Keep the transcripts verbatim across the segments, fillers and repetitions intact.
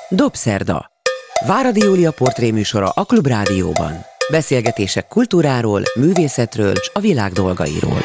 Dobszerda. Váradi Júlia portréműsora a Klubrádióban. Beszélgetések kultúráról, művészetről és a világ dolgairól.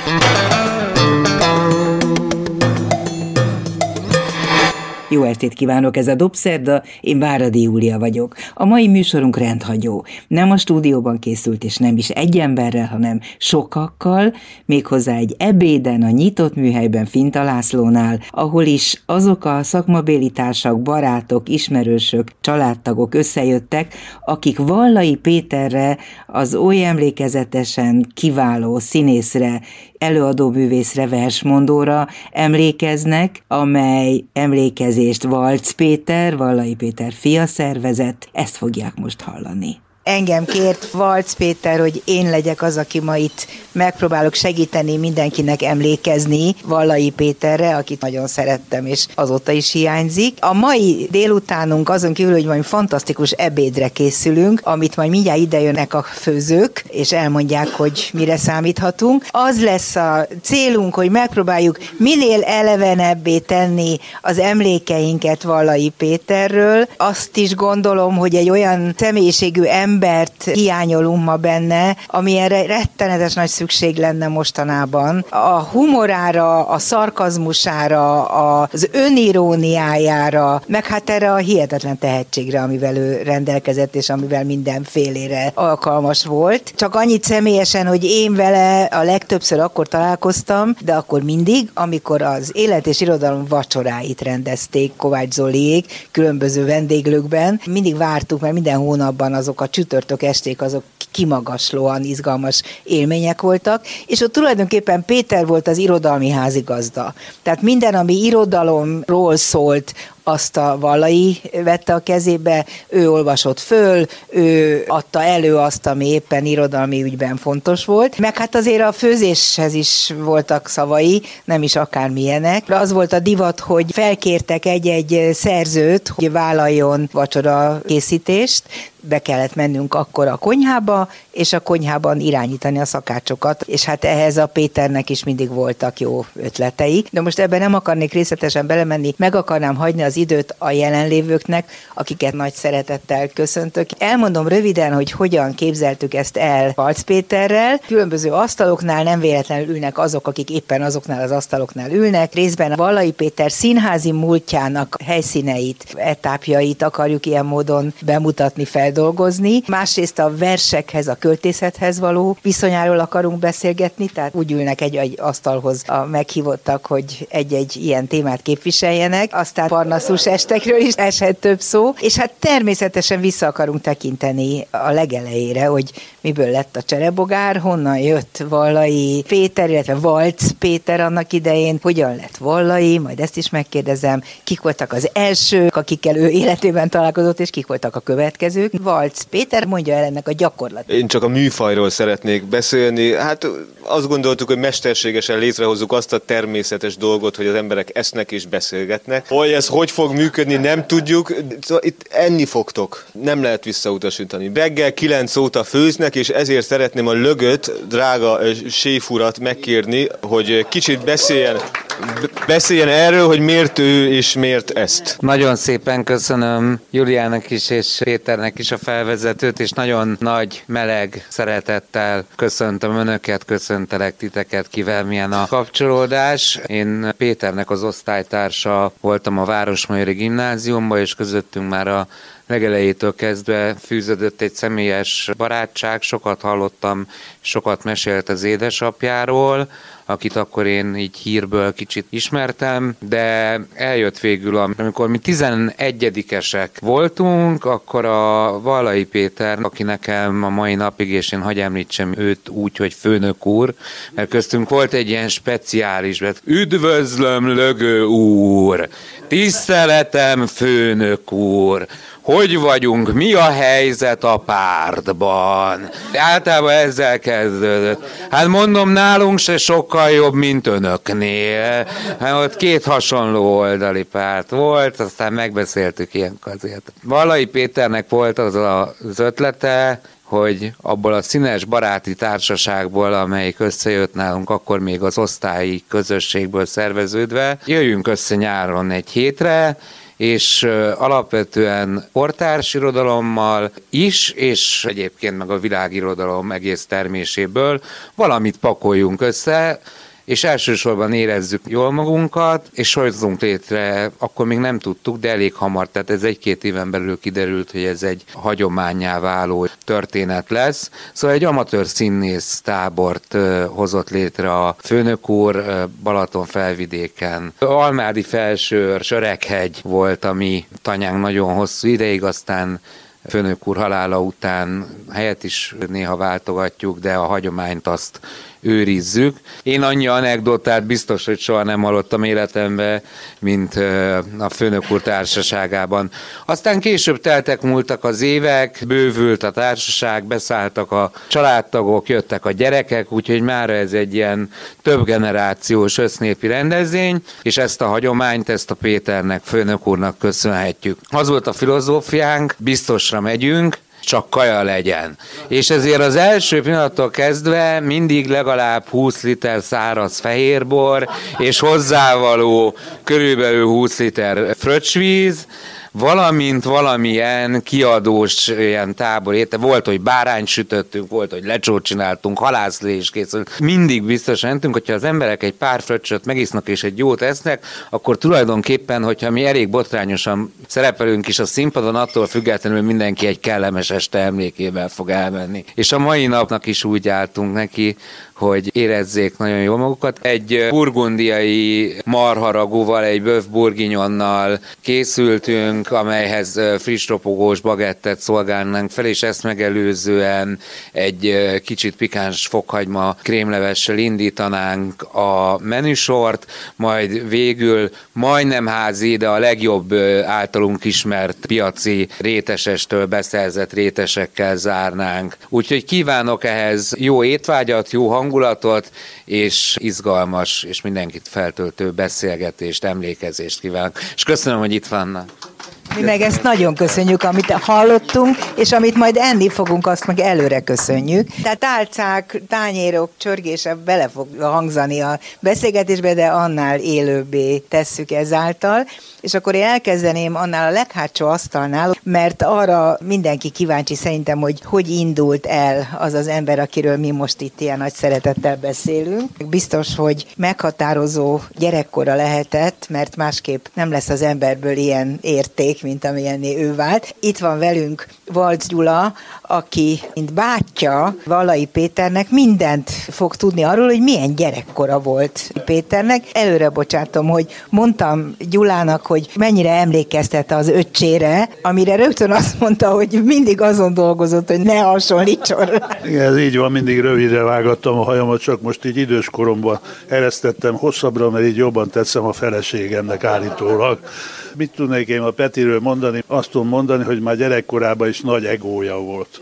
Jó estét kívánok, ez a Dobszerda, én Váradi Júlia vagyok. A mai műsorunk rendhagyó. Nem a stúdióban készült, és nem is egy emberrel, hanem sokakkal, méghozzá egy ebéden, a nyitott műhelyben Finta Lászlónál, ahol is azok a szakmabéli társak, barátok, ismerősök, családtagok összejöttek, akik Vallai Péterre, az oly emlékezetesen kiváló színészre, előadóművészre, versmondóra emlékeznek, amely emlékezést Valc Péter, Vallai Péter fia szervezett. Ezt fogják most hallani. Engem kért Valc Péter, hogy én legyek az, aki ma itt megpróbálok segíteni mindenkinek emlékezni Vallai Péterre, akit nagyon szerettem, és azóta is hiányzik. A mai délutánunk azon kívül, hogy majd fantasztikus ebédre készülünk, amit majd mindjárt idejönnek a főzők, és elmondják, hogy mire számíthatunk. Az lesz a célunk, hogy megpróbáljuk minél elevenebbé tenni az emlékeinket Vallai Péterről. Azt is gondolom, hogy egy olyan személyiségű ember, embert hiányolunk ma benne, ami erre rettenetes nagy szükség lenne mostanában. A humorára, a szarkazmusára, az öniróniájára, meg hát erre a hihetetlen tehetségre, amivel ő rendelkezett, és amivel mindenfélére alkalmas volt. Csak annyit személyesen, hogy én vele a legtöbbször akkor találkoztam, de akkor mindig, amikor az Élet és Irodalom vacsoráit rendezték Kovács Zoliék különböző vendéglőkben. Mindig vártuk, mert minden hónapban azok a csütörtök esték, azok kimagaslóan izgalmas élmények voltak, és ott tulajdonképpen Péter volt az irodalmi házigazda. Tehát minden, ami irodalomról szólt, azt a Vallai vette a kezébe, ő olvasott föl, ő adta elő azt, ami éppen irodalmi ügyben fontos volt. Meg hát azért a főzéshez is voltak szavai, nem is akármilyenek. Az volt a divat, hogy felkértek egy-egy szerzőt, hogy vállaljon vacsora készítést, be kellett mennünk akkor a konyhába, és a konyhában irányítani a szakácsokat, és hát ehhez a Péternek is mindig voltak jó ötletei. De most ebben nem akarnék részletesen belemenni, meg akarnám hagyni az időt a jelenlévőknek, akiket nagy szeretettel köszöntök. Elmondom röviden, hogy hogyan képzeltük ezt el Valc Péterrel. Különböző asztaloknál nem véletlenül ülnek azok, akik éppen azoknál az asztaloknál ülnek. Részben a Vallai Péter színházi múltjának helyszíneit, etapjait akarjuk ilyen módon bemutatni, feldolgozni. Másrészt a versekhez, a költészethez való viszonyáról akarunk beszélgetni, tehát úgy ülnek egy, egy asztalhoz a meghívottak, hogy egy-egy ilyen témát képviseljenek. Aztán parnaszus estekről is eshet több szó, és hát természetesen vissza akarunk tekinteni a legelejére, hogy miből lett a cserebogár, honnan jött Vallai Péter, illetve Valc Péter annak idején, hogyan lett Vallai, majd ezt is megkérdezem, kik voltak az elsők, akikkel ő életében találkozott, és kik voltak a következők. Valc Péter mondja el ennek a gyakorlatot. Én csak a műfajról szeretnék beszélni. Hát azt gondoltuk, hogy mesterségesen létrehozzuk azt a természetes dolgot, hogy az emberek esznek és beszélgetnek. Hogy ez hogy fog működni, nem tudjuk. Itt enni fogtok. Nem lehet visszautasítani. Reggel kilenc óta főznek, és ezért szeretném a lögöt, drága séfurat megkérni, hogy kicsit beszéljen, beszéljen erről, hogy miért ő és miért ezt. Nagyon szépen köszönöm Juliának is és Péternek is a felvezetőt, és nagyon nagy, meleg szeretettel köszöntöm önöket, köszöntelek titeket, kivel milyen a kapcsolódás. Én Péternek az osztálytársa voltam a Városmajori Gimnáziumban, és közöttünk már a legelejétől kezdve fűződött egy személyes barátság, sokat hallottam, sokat mesélt az édesapjáról, akit akkor én így hírből kicsit ismertem, de eljött végül, amikor mi tizenegyedikesek voltunk, akkor a Vallai Péter, aki nekem a mai napig, és én hagy említsem őt úgy, hogy főnök úr, mert köztünk volt egy ilyen speciális, mert üdvözlöm, Lögő úr, tiszteletem, főnök úr, hogy vagyunk, mi a helyzet a pártban? Általában ezzel kezdődött. Hát mondom, nálunk se sokkal jobb, mint önöknél. Hát ott két hasonló oldali párt volt, aztán megbeszéltük ilyenkor azért. Vallai Péternek volt az az ötlete, hogy abból a színes baráti társaságból, amelyik összejött nálunk akkor még az osztályi közösségből szerveződve, jöjjünk össze nyáron egy hétre, és alapvetően kortárs irodalommal is, és egyébként meg a világirodalom egész terméséből valamit pakoljunk össze, és elsősorban érezzük jól magunkat, és hozzunk létre, akkor még nem tudtuk, de elég hamar, tehát ez egy-két éven belül kiderült, hogy ez egy hagyománnyá váló történet lesz. Szóval egy amatőr színész tábort hozott létre a főnök úr Balaton felvidéken. Almádi Felsőörs, Öreghegy volt a mi tanyánk nagyon hosszú ideig, aztán főnök úr halála után helyet is néha váltogatjuk, de a hagyományt azt őrizzük. Én annyi anekdotát biztos, hogy soha nem hallottam életemben, mint a főnök úr társaságában. Aztán később teltek múltak az évek, bővült a társaság, beszálltak a családtagok, jöttek a gyerekek, úgyhogy már ez egy ilyen több generációs össznépi rendezvény, és ezt a hagyományt, ezt a Péternek, főnök úrnak köszönhetjük. Az volt a filozófiánk, biztosra megyünk, csak kaja legyen. És ezért az első pillanattól kezdve mindig legalább húsz liter száraz fehérbor, és hozzávaló körülbelül húsz liter fröccsvíz, valamint valamilyen kiadós ilyen tábor érte. Volt, hogy bárányt sütöttünk, volt, hogy lecsót csináltunk, halászlé is készült. Mindig biztosan mentünk, hogyha az emberek egy pár fröccsöt megisznak és egy jót esznek, akkor tulajdonképpen, hogyha mi elég botrányosan szerepelünk is a színpadon, attól függetlenül mindenki egy kellemes este emlékével fog elmenni. És a mai napnak is úgy álltunk neki, hogy érezzék nagyon jól magukat. Egy burgundiai marharagúval, egy bœuf bourguignonnal készültünk, amelyhez friss ropogós bagettet szolgálnánk fel, és ezt megelőzően egy kicsit pikáns fokhagyma krémlevessel indítanánk a menüsort, majd végül majdnem házi, de a legjobb általunk ismert piaci rétesestől beszerzett rétesekkel zárnánk. Úgyhogy kívánok ehhez jó étvágyat, jó hangulatot, és izgalmas, és mindenkit feltöltő beszélgetést, emlékezést kívánok. És köszönöm, hogy itt vannak. Mi meg ezt nagyon köszönjük, amit hallottunk, és amit majd enni fogunk, azt meg előre köszönjük. Tehát tálcák, tányérok csörgése bele fog hangzani a beszélgetésbe, de annál élőbbé tesszük ezáltal. És akkor én elkezdeném annál a leghátsó asztalnál, mert arra mindenki kíváncsi szerintem, hogy hogy indult el az az ember, akiről mi most itt ilyen nagy szeretettel beszélünk. Biztos, hogy meghatározó gyerekkora lehetett, mert másképp nem lesz az emberből ilyen érték, mint amilyenné ő vált. Itt van velünk Valcz Gyula, aki, mint bátyja Vallai Péternek mindent fog tudni arról, hogy milyen gyerekkora volt Péternek. Előre bocsátom, hogy mondtam Gyulának, hogy mennyire emlékeztet az öccsére, amire rögtön azt mondta, hogy mindig azon dolgozott, hogy ne hasonlítson rá. Igen, ez így van, mindig rövidre vágattam a hajamat, csak most így idős koromban eresztettem hosszabbra, mert így jobban tetszem a feleségemnek állítólag. Mit tudnék én a Petiről mondani? Azt tudom mondani, hogy már gyerekkorában is nagy egója volt.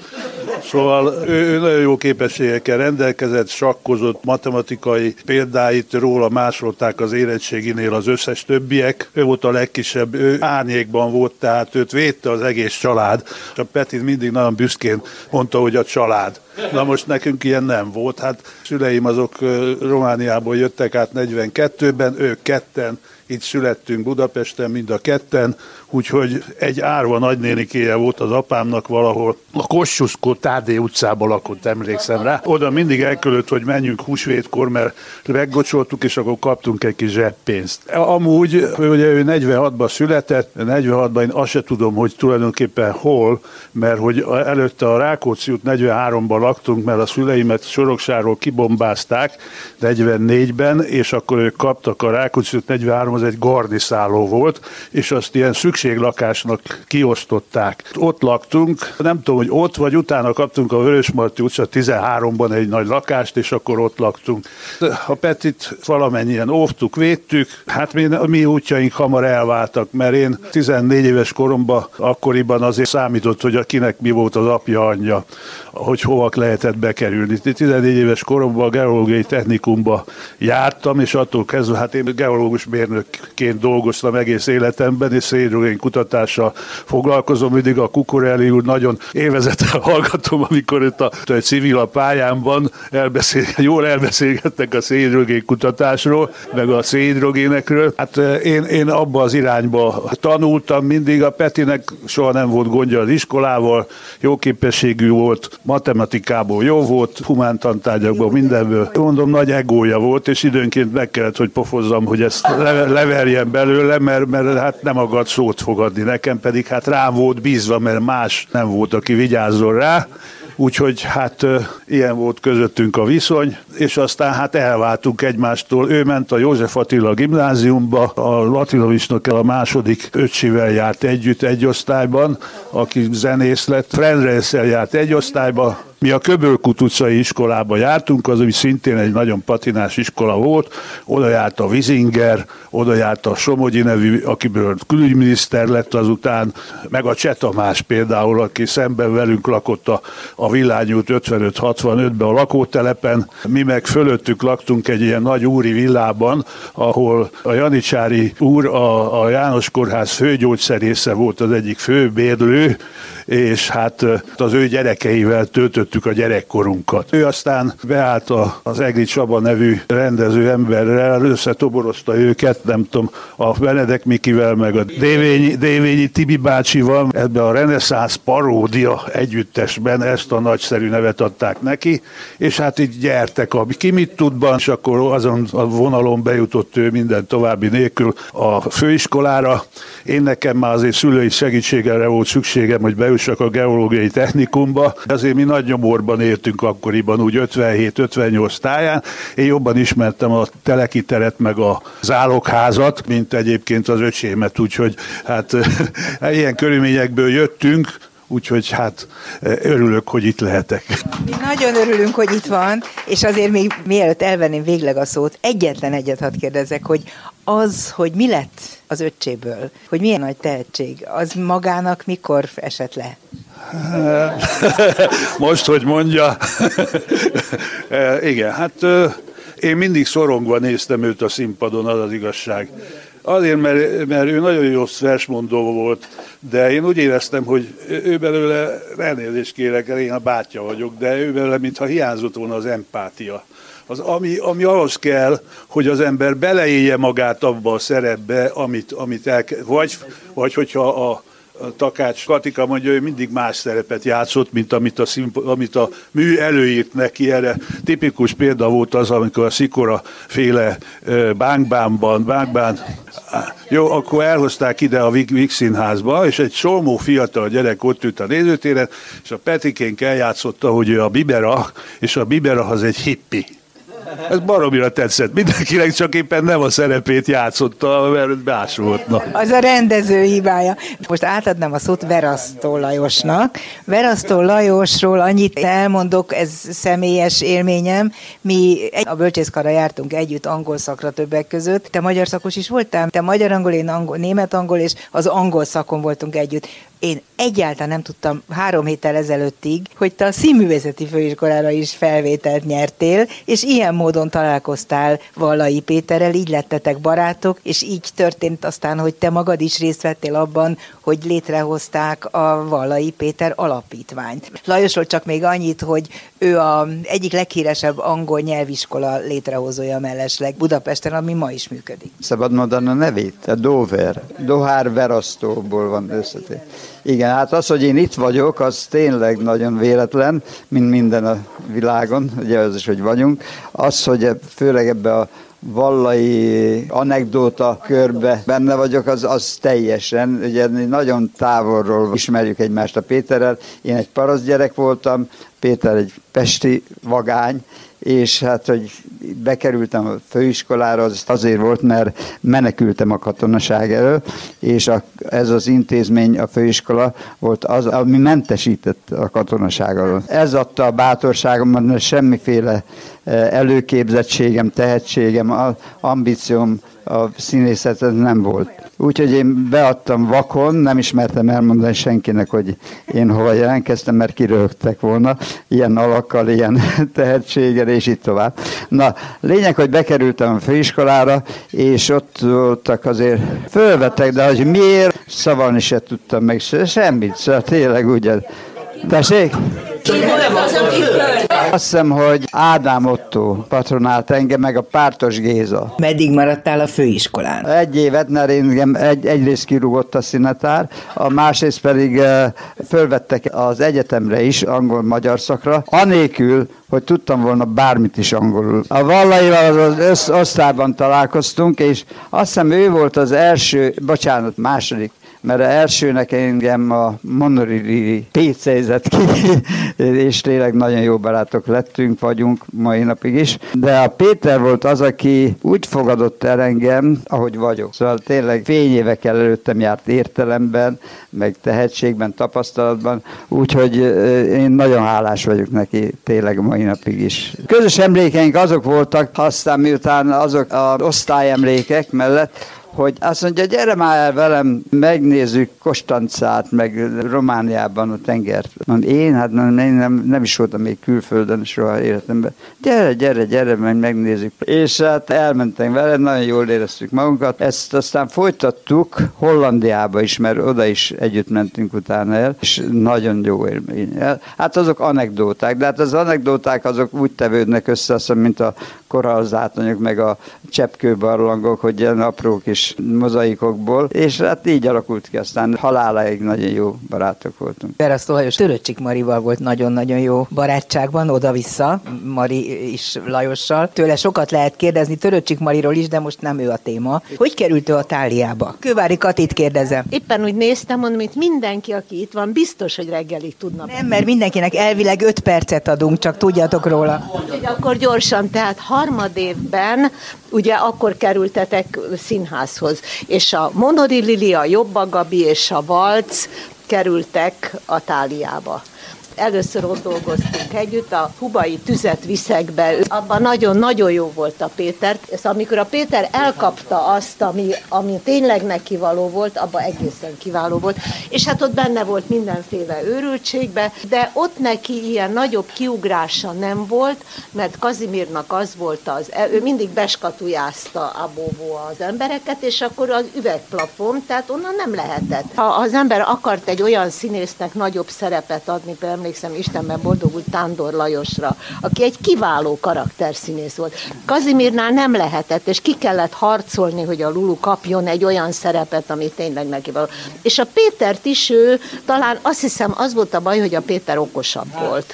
Szóval ő, ő nagyon jó képességekkel rendelkezett, sakkozott, matematikai példáit róla másolták az érettséginél az összes többiek. Ő volt a legkisebb, ő árnyékban volt, tehát őt védte az egész család. És a Peti mindig nagyon büszkén mondta, hogy a család. Na most nekünk ilyen nem volt. Hát szüleim azok Romániából jöttek át negyvenkettőben, ők ketten, itt születtünk Budapesten mind a ketten, úgyhogy egy árva nagynénikéje volt az apámnak valahol. A Kossuszko Tádé utcában lakott, emlékszem rá. Oda mindig elküldött, hogy menjünk húsvétkor, mert meggocsoltuk, és akkor kaptunk egy kis zseppénzt. Amúgy, ugye ő negyvenhatban született, negyvenhatban én azt se tudom, hogy tulajdonképpen hol, mert hogy előtte a Rákóczi út negyvenháromban laktunk, mert a szüleimet Soroksáról kibombázták negyvennégyben, és akkor ők kaptak a Rákóczi út negyvenhárom, az egy garniszáló volt, és azt ilyen szükséglakásnak kiosztották. Ott laktunk, nem tudom, hogy ott vagy utána kaptunk a Vörösmarty utca tizenháromban egy nagy lakást, és akkor ott laktunk. A Petit valamennyien óvtuk, védtük, hát mi, mi útjaink hamar elváltak, mert én tizennégy éves koromban akkoriban azért számított, hogy akinek mi volt az apja, anyja. hogy hova lehetett bekerülni. tizenegy éves koromban a geológiai technikumba jártam, és attól kezdve, hát én geológus mérnökként dolgoztam egész életemben, és szénhidrogén kutatással foglalkozom. Mindig a Kukorelli úr nagyon élvezettel hallgatom, amikor itt a, a civil a pályámban elbeszél, jól elbeszélgettek a szénhidrogén kutatásról, meg a szénhidrogénekről. Hát én, én abba az irányba tanultam mindig, a Petinek soha nem volt gondja az iskolával, jó képességű volt, matematikából jó volt, humántantárgyakból, mindenből. Mondom, nagy egója volt, és időnként meg kellett, hogy pofozzam, hogy ezt leverjen belőle, mert, mert hát nem akart szót fogadni. Nekem pedig hát rám volt bízva, mert más nem volt, aki vigyázzon rá. Úgyhogy hát ilyen volt közöttünk a viszony, és aztán hát elváltunk egymástól. Ő ment a József Attila gimnáziumba, a Latinovicsnak a második öccsivel járt együtt egy osztályban, aki zenész lett, Frendrelszel járt egy osztályba. Mi a Köbölkút utcai iskolába jártunk, az, ami szintén egy nagyon patinás iskola volt, oda járt a Vizinger, oda járt a Somogyi nevű, akiből külügyminiszter lett azután, meg a Cseh Tamás például, aki szemben velünk lakott a, a Villányút ötvenöt hatvanötben a lakótelepen, mi meg fölöttük laktunk egy ilyen nagy úri villában, ahol a Janicsári úr, a, a János Kórház főgyógyszerésze volt az egyik főbérlő, és hát az ő gyerekeivel töltöttük a gyerekkorunkat. Ő aztán beállt az Egri Csaba nevű rendező emberrel, összetoborozta őket, nem tudom, a Benedek Mikivel, meg a Dévényi, Dévényi Tibi bácsival, ebben a reneszánsz paródia együttesben ezt a nagyszerű nevet adták neki, és hát így gyertek a ki mit tudban, és akkor azon a vonalon bejutott ő minden további nélkül a főiskolára. Én nekem már azért szülői segítségre volt szükségem, hogy bejussak a geológiai technikumba. Azért mi nagy nyomorban éltünk akkoriban, úgy ötvenhét ötvennyolc táján. Én jobban ismertem a Teleki teret meg a zálogházat, mint egyébként az öcsémet, úgyhogy hát ilyen körülményekből jöttünk, úgyhogy hát örülök, hogy itt lehetek. Mi nagyon örülünk, hogy itt van, és azért még mielőtt elvenném végleg a szót, egyetlen egyet hadd kérdezzek, hogy az, hogy mi lett az öccséből, hogy milyen nagy tehetség, az magának mikor esett le? Most, hogy mondja. Igen, hát én mindig szorongva néztem őt a színpadon, az az igazság. Azért, mert, mert ő nagyon jó versmondó volt, de én úgy éreztem, hogy ő belőle, elnézést kérek, én a bátyja vagyok, de ő belőle, mintha hiányzott volna az empátia. Az, ami, ami ahhoz kell, hogy az ember beleélje magát abba a szerepbe, amit, amit el kell, vagy, vagy hogyha a Takács Katika mondja, hogy mindig más szerepet játszott, mint amit a, színp- amit a mű előírt neki. Erre tipikus példa volt az, amikor a Szikora féle Bánkbánban, Bánkbán, jó, akkor elhozták ide a Víg Színházba, és egy csomó fiatal gyerek ott ült a nézőtéren, és a Petikénk eljátszotta, hogy ő a Bibera, és a Bibera az egy hippi. Ez baromira tetszett. Mindenkinek, csak éppen nem a szerepét játszotta, mert más volt. Na. Az a rendező hibája. Most átadnám a szót Verasztó Lajosnak. Verasztó Lajosról annyit elmondok, ez személyes élményem. Mi a bölcsészkarra jártunk együtt angol szakra többek között. Te magyar szakos is voltál? Te magyar angol, én angol, német angol, és az angol szakon voltunk együtt. Én egyáltalán nem tudtam három héttel ezelőttig, hogy te a Színművészeti Főiskolára is felvételt nyertél, és ilyen módon találkoztál Vallai Péterrel, így lettetek barátok, és így történt aztán, hogy te magad is részt vettél abban, hogy létrehozták a Vallai Péter Alapítványt. Lajosról csak még annyit, hogy ő az egyik leghíresebb angol nyelviskola létrehozója mellesleg Budapesten, ami ma is működik. Szabad mondani a nevét? A Dover. Dohár Verasztóból van összetett. Igen, hát az, hogy én itt vagyok, az tényleg nagyon véletlen, mint minden a világon, ugye az is, hogy vagyunk. Az, hogy főleg ebbe a vallai anekdóta körbe benne vagyok, az, az teljesen, ugye nagyon távolról ismerjük egymást a Péterrel. Én egy paraszt gyerek voltam, Péter egy pesti vagány, és hát, hogy bekerültem a főiskolára, az azért volt, mert menekültem a katonaság elől, és a, ez az intézmény, a főiskola volt az, ami mentesített a katonaság alól. Ez adta a bátorságom, mert semmiféle előképzettségem, tehetségem, ambícióm a színészet nem volt. Úgyhogy én beadtam vakon, nem ismertem elmondani senkinek, hogy én hova jelentkeztem, mert kiröhögtek volna, ilyen alakkal, ilyen tehetséggel, és így tovább. Na, lényeg, hogy bekerültem a főiskolára, és ott voltak azért fölvettek, de hogy miért, szavalni se tudtam meg, semmit, szóval tényleg ugye. Tessék? Azt hiszem, hogy Ádám Otto patronált engem, meg a Pártos Géza. Meddig maradtál a főiskolán? Egy évet, mert engem egy, egyrészt kirúgott a színetár, a másrészt pedig uh, fölvettek az egyetemre is, angol-magyar szakra, anélkül, hogy tudtam volna bármit is angolul. A Vallaival az össz, osztályban találkoztunk, és azt hiszem ő volt az első, bocsánat, második, mert elsőnek engem a Monorili pécézett ki, és tényleg nagyon jó barátok lettünk, vagyunk mai napig is. De a Péter volt az, aki úgy fogadott el engem, ahogy vagyok. Szóval tényleg fényévekkel előttem járt értelemben, meg tehetségben, tapasztalatban, úgyhogy én nagyon hálás vagyok neki tényleg mai napig is. Közös emlékeink azok voltak, aztán miután azok az osztályemlékek mellett, hogy azt mondja, gyere már el velem, megnézzük Kostancát, meg Romániában a tengert. Mondom, én? Hát nem, nem, nem is voltam még külföldön soha életemben. Gyere, gyere, gyere, meg megnézzük. És hát elmentem vele, nagyon jól éreztük magunkat. Ezt aztán folytattuk Hollandiába is, mert oda is együtt mentünk utána el, és nagyon jó élmény. Hát azok anekdóták, de hát az anekdóták azok úgy tevődnek össze, azt mondom, mint a korallzátonyok, meg a cseppkőbarlangok, hogy ilyen apró kis mozaikokból, és hát így alakult ki, aztán haláláig nagyon jó barátok voltunk. Berasztó Lajos Töröcsik Marival volt nagyon-nagyon jó barátságban, oda-vissza, Mari is Lajossal. Tőle sokat lehet kérdezni Töröcsik Mariról is, de most nem ő a téma. Hogy került ő a Táliába? Kővári Katit kérdezem. Éppen úgy néztem, mondom, hogy mindenki, aki itt van, biztos, hogy reggelig tudna. Nem, mert mindenkinek elvileg öt percet adunk, csak tudjatok róla. Úgyhogy akkor gyorsan, tehát harmadévben, ugye akkor kerültetek színházhoz, és a Monorili, a Jobba Gabi és a Valc kerültek a Táliába. Először ott dolgoztunk együtt, a Hubai Tüzet viszekbe, abban nagyon-nagyon jó volt a Péter, és amikor a Péter elkapta azt, ami, ami tényleg neki való volt, abban egészen kiváló volt, és hát ott benne volt mindenféle őrültségbe, de ott neki ilyen nagyobb kiugrása nem volt, mert Kazimírnak az volt az, ő mindig beskatujázta a bóvó az embereket, és akkor az üvegplafon, tehát onnan nem lehetett. Ha az ember akart egy olyan színésznek nagyobb szerepet adni, például emlékszem, Istenben boldogult Tándor Lajosra, aki egy kiváló karakterszínész volt. Kazimírnál nem lehetett, és ki kellett harcolni, hogy a Lulu kapjon egy olyan szerepet, ami tényleg neki való. És a Pétert is ő, talán azt hiszem, az volt a baj, hogy a Péter okosabb volt.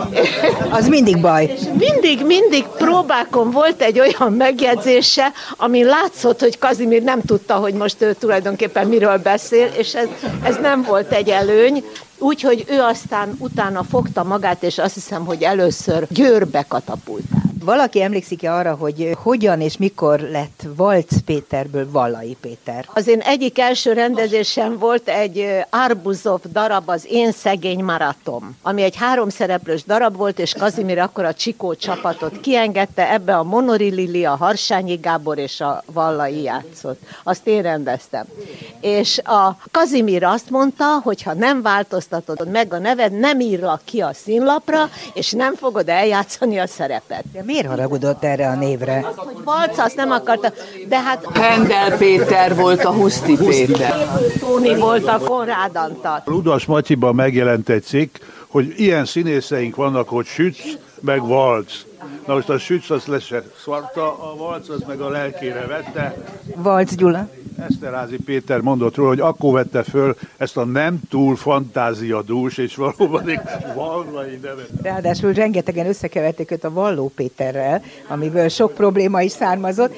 Az mindig baj. Mindig, mindig próbákon volt egy olyan megjegyzése, ami látszott, hogy Kazimír nem tudta, hogy most ő tulajdonképpen miről beszél, és ez, ez nem volt egy előny. Úgyhogy ő aztán utána fogta magát, és azt hiszem, hogy először Győrbe katapultált. Valaki emlékszik-e arra, hogy hogyan és mikor lett Valc Péterből Vallai Péter? Az én egyik első rendezésem volt egy Arbuzov darab, az Én szegény maratom, ami egy háromszereplős darab volt, és Kazimír akkor a Csikó csapatot kiengedte, ebbe a Monorili, a Harsányi Gábor és a Vallai játszott. Azt én rendeztem. És a Kazimír azt mondta, hogy ha nem változtatod meg a neved, nem írlak ki a színlapra, és nem fogod eljátszani a szerepet. De miért haragudott erre a névre? Azt, hogy Valc, azt nem akarta, de hát... Hendel Péter volt a Huszti Péter. Tóni volt a Konrád Antal. Ludas Matyiban megjelent egy cikk, hogy ilyen színészeink vannak, hogy Sütz, meg Valc. Na most a Sütz az le se szarta, a Valc az meg a lelkére vette. Valc Gyula. Eszterházy Péter mondott róla, hogy akkor vette föl ezt a nem túl fantáziadús, és valóban egy Vallai nevet. Ráadásul rengetegen összekeverték őt a Valló Péterrel, amiből sok probléma is származott.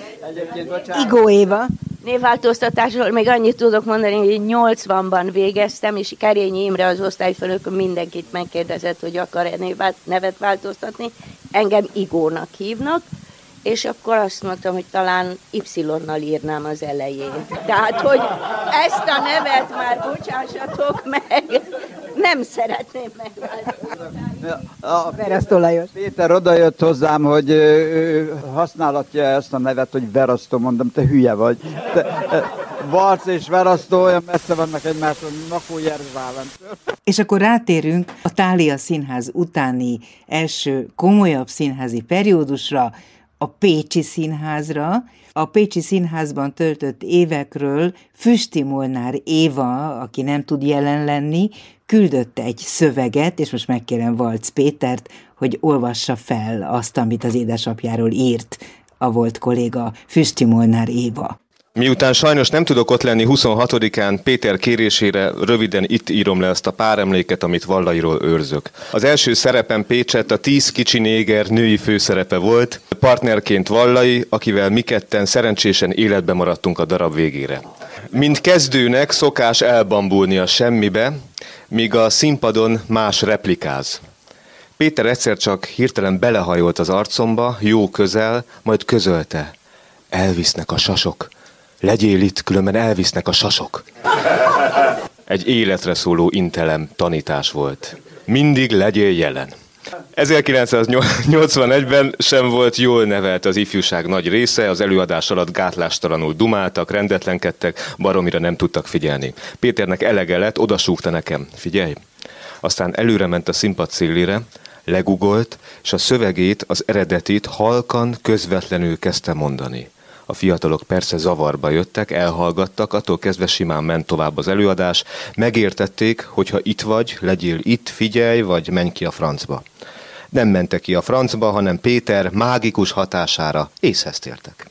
Igó Éva. Névváltoztatásról még annyit tudok mondani, hogy nyolcvanban végeztem, és Kerényi Imre az osztályfőnök mindenkit megkérdezett, hogy akar-e nevet változtatni. Engem Igónak hívnak, és akkor azt mondtam, hogy talán Y-nal írnám az elejét. Tehát, hogy ezt a nevet már bocsássatok meg, nem szeretném megváltozni. A Verasztó Lajos. Péter odajött hozzám, hogy ő használhatja ezt a nevet, hogy Verasztó, mondom, te hülye vagy. Te, Valc és Verasztó olyan messze vannak egymástól, Nakójerzsáventől. És akkor rátérünk a Thália Színház utáni első komolyabb színházi periódusra, a Pécsi Színházra. A Pécsi Színházban töltött évekről Füsti Molnár Éva, aki nem tud jelen lenni, küldött egy szöveget, és most megkérem Valc Pétert, hogy olvassa fel azt, amit az édesapjáról írt a volt kolléga Füsti Molnár Éva. Miután sajnos nem tudok ott lenni huszonhatodikán, Péter kérésére röviden itt írom le azt a pár emléket, amit Vallairól őrzök. Az első szerepem Pécsett a Tíz kicsi néger női főszerepe volt, partnerként Vallai, akivel mi ketten szerencsésen életbe maradtunk a darab végére. Mint kezdőnek szokás elbambulni a semmibe, míg a színpadon más replikáz. Péter egyszer csak hirtelen belehajolt az arcomba, jó közel, majd közölte: elvisznek a sasok. Legyél itt, különben elvisznek a sasok. Egy életre szóló intelem tanítás volt. Mindig legyél jelen. ezerkilencszáznyolcvanegyben sem volt jól nevelt az ifjúság nagy része, az előadás alatt gátlástalanul dumáltak, rendetlenkedtek, baromira nem tudtak figyelni. Péternek elege lett, odasúgta nekem: figyelj! Aztán előre ment a színpad szélére, legugolt, és a szövegét, az eredetit halkan, közvetlenül kezdte mondani. A fiatalok persze zavarba jöttek, elhallgattak, attól kezdve simán ment tovább az előadás, megértették, hogy ha itt vagy, legyél itt, figyelj, vagy menj ki a francba. Nem mentek ki a francba, hanem Péter mágikus hatására észhez tértek.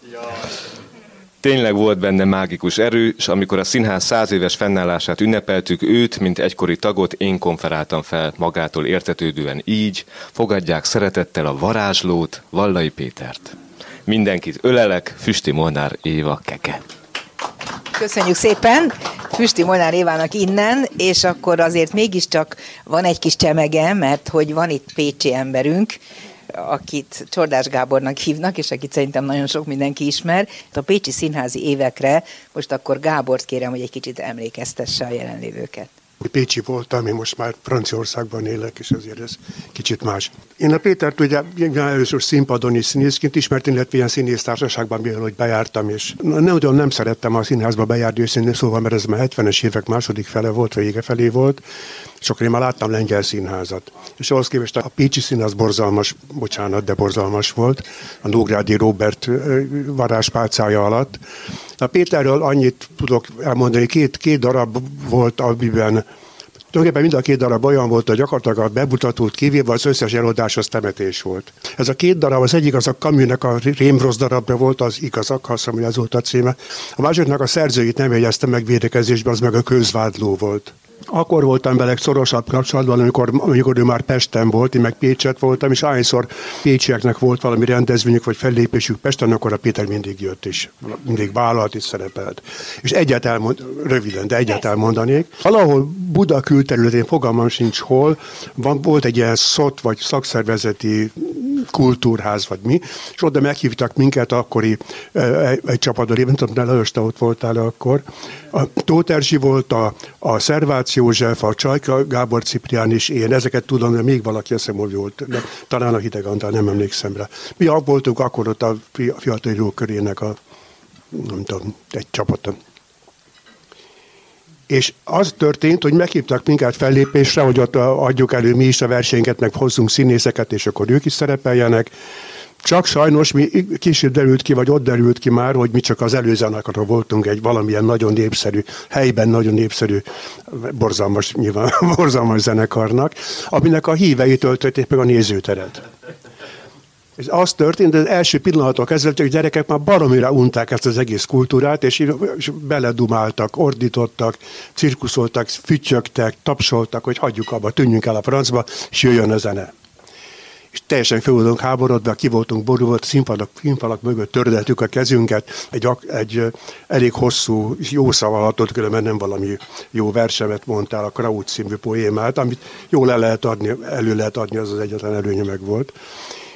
Tényleg volt benne mágikus erő, és amikor a színház száz éves fennállását ünnepeltük, őt, mint egykori tagot, én konferáltam fel magától értetődően így: fogadják szeretettel a varázslót, Vallai Pétert. Mindenkit ölelek, Füsti Molnár Éva Keke. Köszönjük szépen Füsti Molnár Évának innen, és akkor azért mégiscsak van egy kis csemege, mert hogy van itt pécsi emberünk, akit Csordás Gábornak hívnak, és akit szerintem nagyon sok mindenki ismer. A pécsi színházi évekre most akkor Gábort kérem, hogy egy kicsit emlékeztesse a jelenlévőket. Pécsi voltam, én most már Franciaországban élek, és azért ez kicsit más. Én a Pétert ugye először színpadon is színészként ismertem, illetve ilyen színésztársaságban mielőtt bejártam, és nem tudom, nem szerettem a színházba bejárni őszintén szóval, mert ez már hetvenes évek második fele volt, vagy vége felé volt, és akkor én már láttam lengyel színházat. És ahhoz képest a Pécsi Színház borzalmas, bocsánat, de borzalmas volt, a Nógrádi Róbert varázspálcája alatt. A Péterről annyit tudok elmondani, két, két darab volt, amiben tulajdonképpen mind a két darab olyan volt, hogy gyakorlatilag a bemutatót kivéve az összes előadás az temetés volt. Ez a két darab, az egyik az a Camusnak a Rémrossz darabja volt, az Igazak, azt hiszem, hogy ez volt a címe. A másodiknak a szerzőit nem jegyezte meg védekezésben, az meg a Közvádló volt. Akkor voltam vele szorosabb kapcsolatban, amikor, amikor ő már Pesten volt, én meg Pécsett voltam, és ahányszor pécsieknek volt valami rendezvényük vagy fellépésük Pesten, akkor a Péter mindig jött, és mindig vállalt és szerepelt. És egyet elmond, röviden, de egyet elmondanék. Valahol Buda külterületén, fogalmam sincs hol, van, volt egy ilyen szot vagy szakszervezeti kultúrház, vagy mi, és oda meghívtak minket akkori egy, egy csapatban, én nem tudom, Lajos, te ott voltál akkor. A Tóth Erzsi volt, a, a Szervács József, a Csajka Gábor Ciprián és én, ezeket tudom, de még valaki, azt hiszem, hogy volt, de talán a Hideg Antal, nem emlékszem rá. Mi voltunk akkor ott a fiatalírók körének a, nem tudom, egy csapaton. És az történt, hogy meghívtak minket fellépésre, hogy ott adjuk elő mi is a versenyeket, meg hozzunk színészeket, és akkor ők is szerepeljenek. Csak sajnos mi később derült ki, vagy ott derült ki már, hogy mi csak az előzenekarra voltunk egy valamilyen nagyon népszerű, helyben nagyon népszerű, borzalmas, nyilván borzalmas zenekarnak, aminek a hívei töltötték meg a nézőteret. És az történt, az első pillanattól kezdve, hogy gyerekek már baromira unták ezt az egész kultúrát, és, és beledumáltak, ordítottak, cirkuszoltak, füttyögtek, tapsoltak, hogy hagyjuk abba, tűnjünk el a francba, és jöjjön a zene. És teljesen fel voltunk háborodva, ki voltunk borulva, a színfalak, színfalak mögött tördeltük a kezünket, egy, egy elég hosszú, jó szavalatot, különben nem valami jó versemet mondtál, a Kraut című poémát, amit jól el lehet adni, elő lehet adni, az az egyetlen előnye meg volt.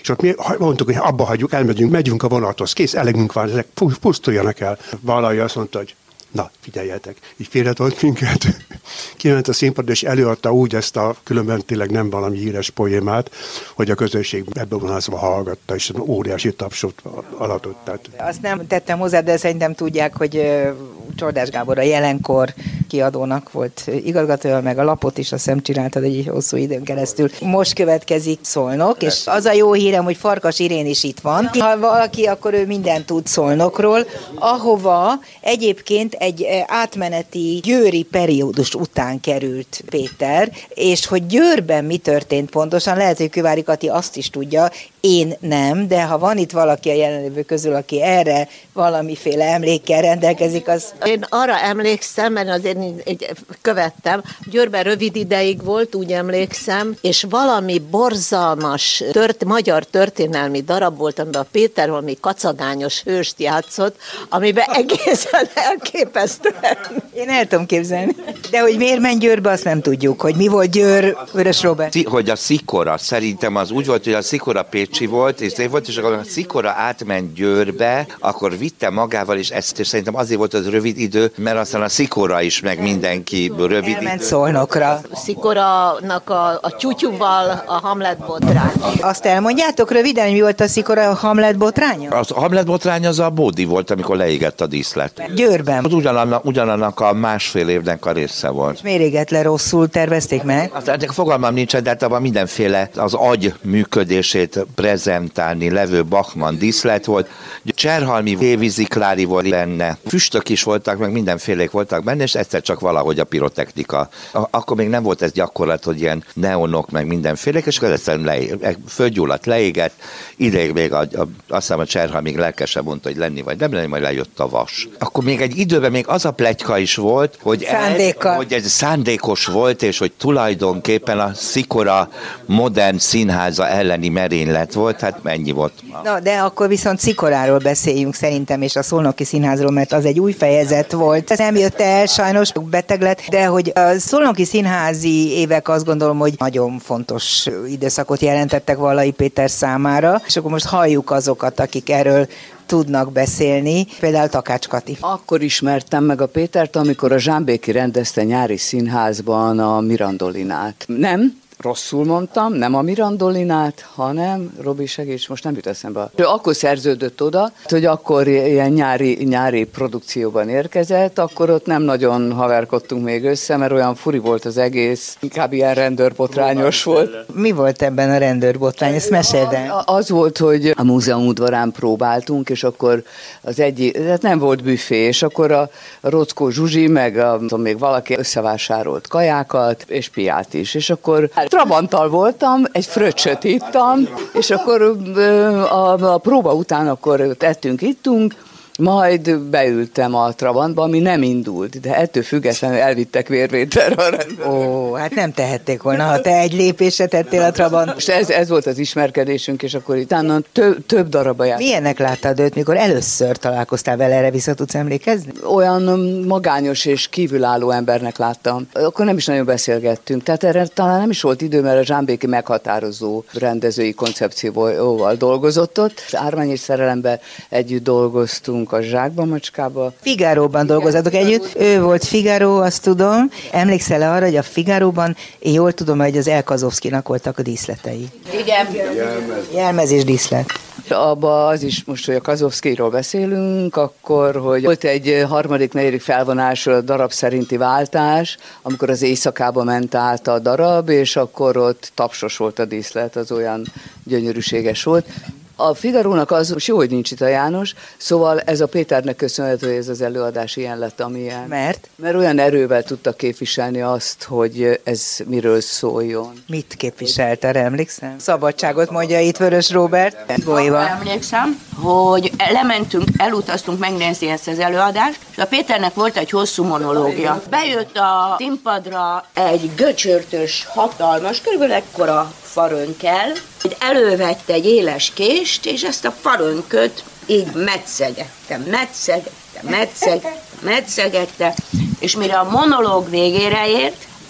És ott mi mondtuk, hogy abba hagyjuk, elmegyünk, megyünk a vonathoz, kész, elegünk van, ezek pusztuljanak el. Valahogy azt mondta, hogy na, figyeljetek, így félretolt minket. Kiment a színpadra, és előadta úgy ezt a különben tényleg nem valami híres poémát, hogy a közönség ebben vonalazva hallgatta, és óriási tapsot alatott. Tehát. Azt nem tettem hozzá, de szerintem tudják, hogy uh, Csordás Gábor a Jelenkor kiadónak volt igazgatója, meg a lapot is, azt hiszem csináltad egy hosszú időn keresztül. Most következik Szolnok, és az a jó hírem, hogy Farkas Irén is itt van. Ha valaki, akkor ő mindent tud Szolnokról, ahova egyébként egy átmeneti győri periódus után került Péter, és hogy Győrben mi történt pontosan, lehet, hogy Kővári Kati azt is tudja, én nem, de ha van itt valaki a jelenlévő közül, aki erre valamiféle emlékkel rendelkezik, az... Én arra emlékszem, mert azért így követtem, Győrben rövid ideig volt, úgy emlékszem, és valami borzalmas tört, magyar történelmi darab volt, amiben a Péter valami kacagányos hőst játszott, amiben egészen elképesztően. Én el tudom képzelni. De hogy miért ment Győrbe, azt nem tudjuk, hogy mi volt Győr, Vörös Róbert. Hogy a Szikora, szerintem az úgy volt, hogy a Szikora pécsi volt, és szép volt, és akkor a Szikora átment Győrbe, akkor vitte magával, és ezt és szerintem azért volt az rövid idő, mert aztán a Szikora is, meg mindenki rövid Elment idő. Szolnokra. Szikoranak a, a tyútyúval a Hamlet botrány. Azt elmondjátok röviden, hogy mi volt a Szikora a Hamlet botránya? Az a Hamlet botrány az a Bódi volt, amikor leégett a díszlet. Győrben. Az ugyanannak, ugyanannak a másfél évnek a része volt. Miért égett le, rosszul tervezték meg? Aztán fogalmam nincsen, de hát abban mindenféle az agy működését prezentálni levő Bachmann díszlet volt. Cserhalmi hévíziklári volt benne, füstök is voltak, meg mindenfélék voltak benne, és egyszer csak valahogy a pirotechnika. Akkor még nem volt ez gyakorlat, hogy ilyen neonok, meg mindenfélék, és akkor egyszerűen le, földgyulladt, leégett. Ideig még a, a, azt hiszem a Cserhalmig lelkesen mondta, hogy lenni vagy nem lenni, majd lejött a vas. Akkor még egy időben még az a pletyka is volt, hogy ez, hogy ez szándékos volt, és hogy tulajdonképpen a Szikora modern színháza elleni merénylet volt, hát ennyi volt. Na, de akkor viszont Szikoráról beszéljünk szerintem, és a Szolnoki Színházról, mert az egy új fejezet volt. Ez nem jött el, sajnos beteg lett, de hogy a Szolnoki Színházi évek azt gondolom, hogy nagyon fontos időszakot jelentettek Vallai Péter számára, és akkor most halljuk azokat, akik erről tudnak beszélni, például Takács Kati. Akkor ismertem meg a Pétert, amikor a Zsámbéki rendezte nyári színházban a Mirandolinát. Nem, rosszul mondtam, nem a Mirandolinát, hanem, Robi segíts, most nem jut eszembe. Ő akkor szerződött oda, hogy akkor ilyen nyári, nyári produkcióban érkezett, akkor ott nem nagyon haverkodtunk még össze, mert olyan furi volt az egész, inkább ilyen rendőrbotrányos volt. Mi volt ebben a rendőrbotrány? Ezt meséld el. Az volt, hogy a múzeum udvarán próbáltunk, és akkor az egyik, tehát nem volt büfé, és akkor a Rockó Zsuzsi, meg a, tudom, még valaki összevásárolt kajákat, és piát is, és akkor Trabanttal voltam, egy fröccsöt ittam, és akkor a, a próba után akkor ettünk, ittunk, majd beültem a Trabantba, ami nem indult, de ettől függetlenül elvittek vérvételre a rendben. Ó, hát nem tehették volna, ha te egy lépésre tettél a Trabant. És ez, ez volt az ismerkedésünk, és akkor utána több, több darabba járt. Milyennek láttad őt, mikor először találkoztál vele, erre vissza tudsz emlékezni? Olyan magányos és kívülálló embernek láttam. Akkor nem is nagyon beszélgettünk, tehát erre talán nem is volt idő, mert a Zsámbéki meghatározó rendezői koncepcióval dolgozott ott. Árvány és szerelemben együtt dolgoztunk, a Zsákba Macskába. Figaróban dolgozatok együtt. Ő volt Figaro, azt tudom. Emlékszel arra, hogy a Figaróban, én jól tudom, hogy az Elkazovszkinak voltak a díszletei. Igen. Jelmez. Jelmez és díszlet. Abba az is most, hogy a Kazovszkiról beszélünk, akkor, hogy volt egy harmadik, negyedik felvonás darab szerinti váltás, amikor az éjszakába ment át a darab, és akkor ott tapsos volt a díszlet, az olyan gyönyörűséges volt. A Figarónak az, most jó, hogy nincs itt a János, szóval ez a Péternek köszönhető, hogy ez az előadás ilyen lett, amilyen. Mert? Mert olyan erővel tudta képviselni azt, hogy ez miről szóljon. Mit képviselt, erre emlékszem? Szabadságot mondja itt Vörös Róbert. Arra emlékszem, hogy lementünk, elutaztunk megnézni ezt az előadást, és a Péternek volt egy hosszú monológia. Bejött a színpadra egy göcsörtös, hatalmas, körülbelül ekkora farönkkel, hogy elővette egy éles kést, és ezt a farönköt így metszegette, metszegette, metszegette, metszegette, és mire a monológ végére ért,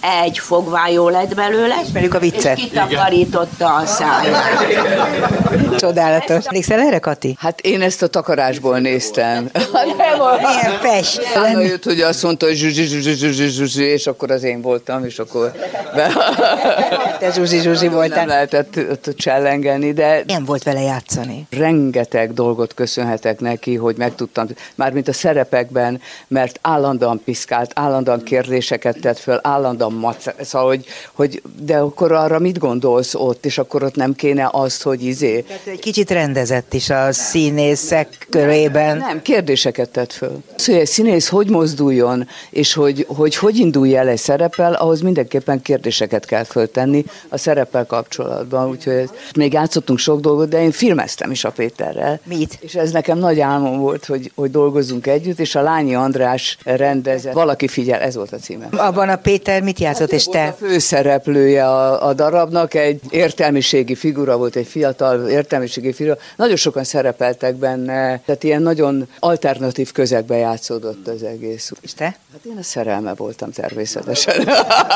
egy fogvájó lett belőle, Ismerjük a viccet. és kitakarította a száját. Csodálatos. Emlékszel erre, Kati? Hát én ezt a takarásból néztem. Milyen fes. Utána jött, hogy azt mondta, hogy zsuzsi, zsuzsi, zsuzsi, zsuzsi, és akkor az én voltam, és akkor... Te zsuzsi, zsuzsi voltál. Nem lehetett ott csellengeni, de... Milyen volt vele játszani? Rengeteg dolgot köszönhetek neki, hogy megtudtam, mármint a szerepekben, mert állandóan piszkált, állandóan kérdéseket tett föl, állandóan mac, szóval, hogy, hogy de akkor arra mit gondolsz ott, és akkor ott nem kéne azt, hogy izé... Tehát egy kicsit rendezett is a színészek körében. Nem, kérdéseket tett föl. Az, hogy egy színész hogy mozduljon, és hogy, hogy hogy indulj el egy szereppel, ahhoz mindenképpen kérdéseket kell föltenni a szereppel kapcsolatban. Úgyhogy még játszottunk sok dolgot, de én filmeztem is a Péterrel. Mit? És ez nekem nagy álmom volt, hogy, hogy dolgozzunk együtt, és a Lányi András rendezett. Valaki figyel, ez volt a címe. Abban a Péter mit játszott, és te? A főszereplője a, a darabnak, egy értelmiségi figura volt, egy fiatal értelmiségi figura. Nagyon sokan szerepeltek benne, tehát ilyen nagyon alternatív közegben játszódott az egész. És te? Hát én a szerelme voltam természetesen.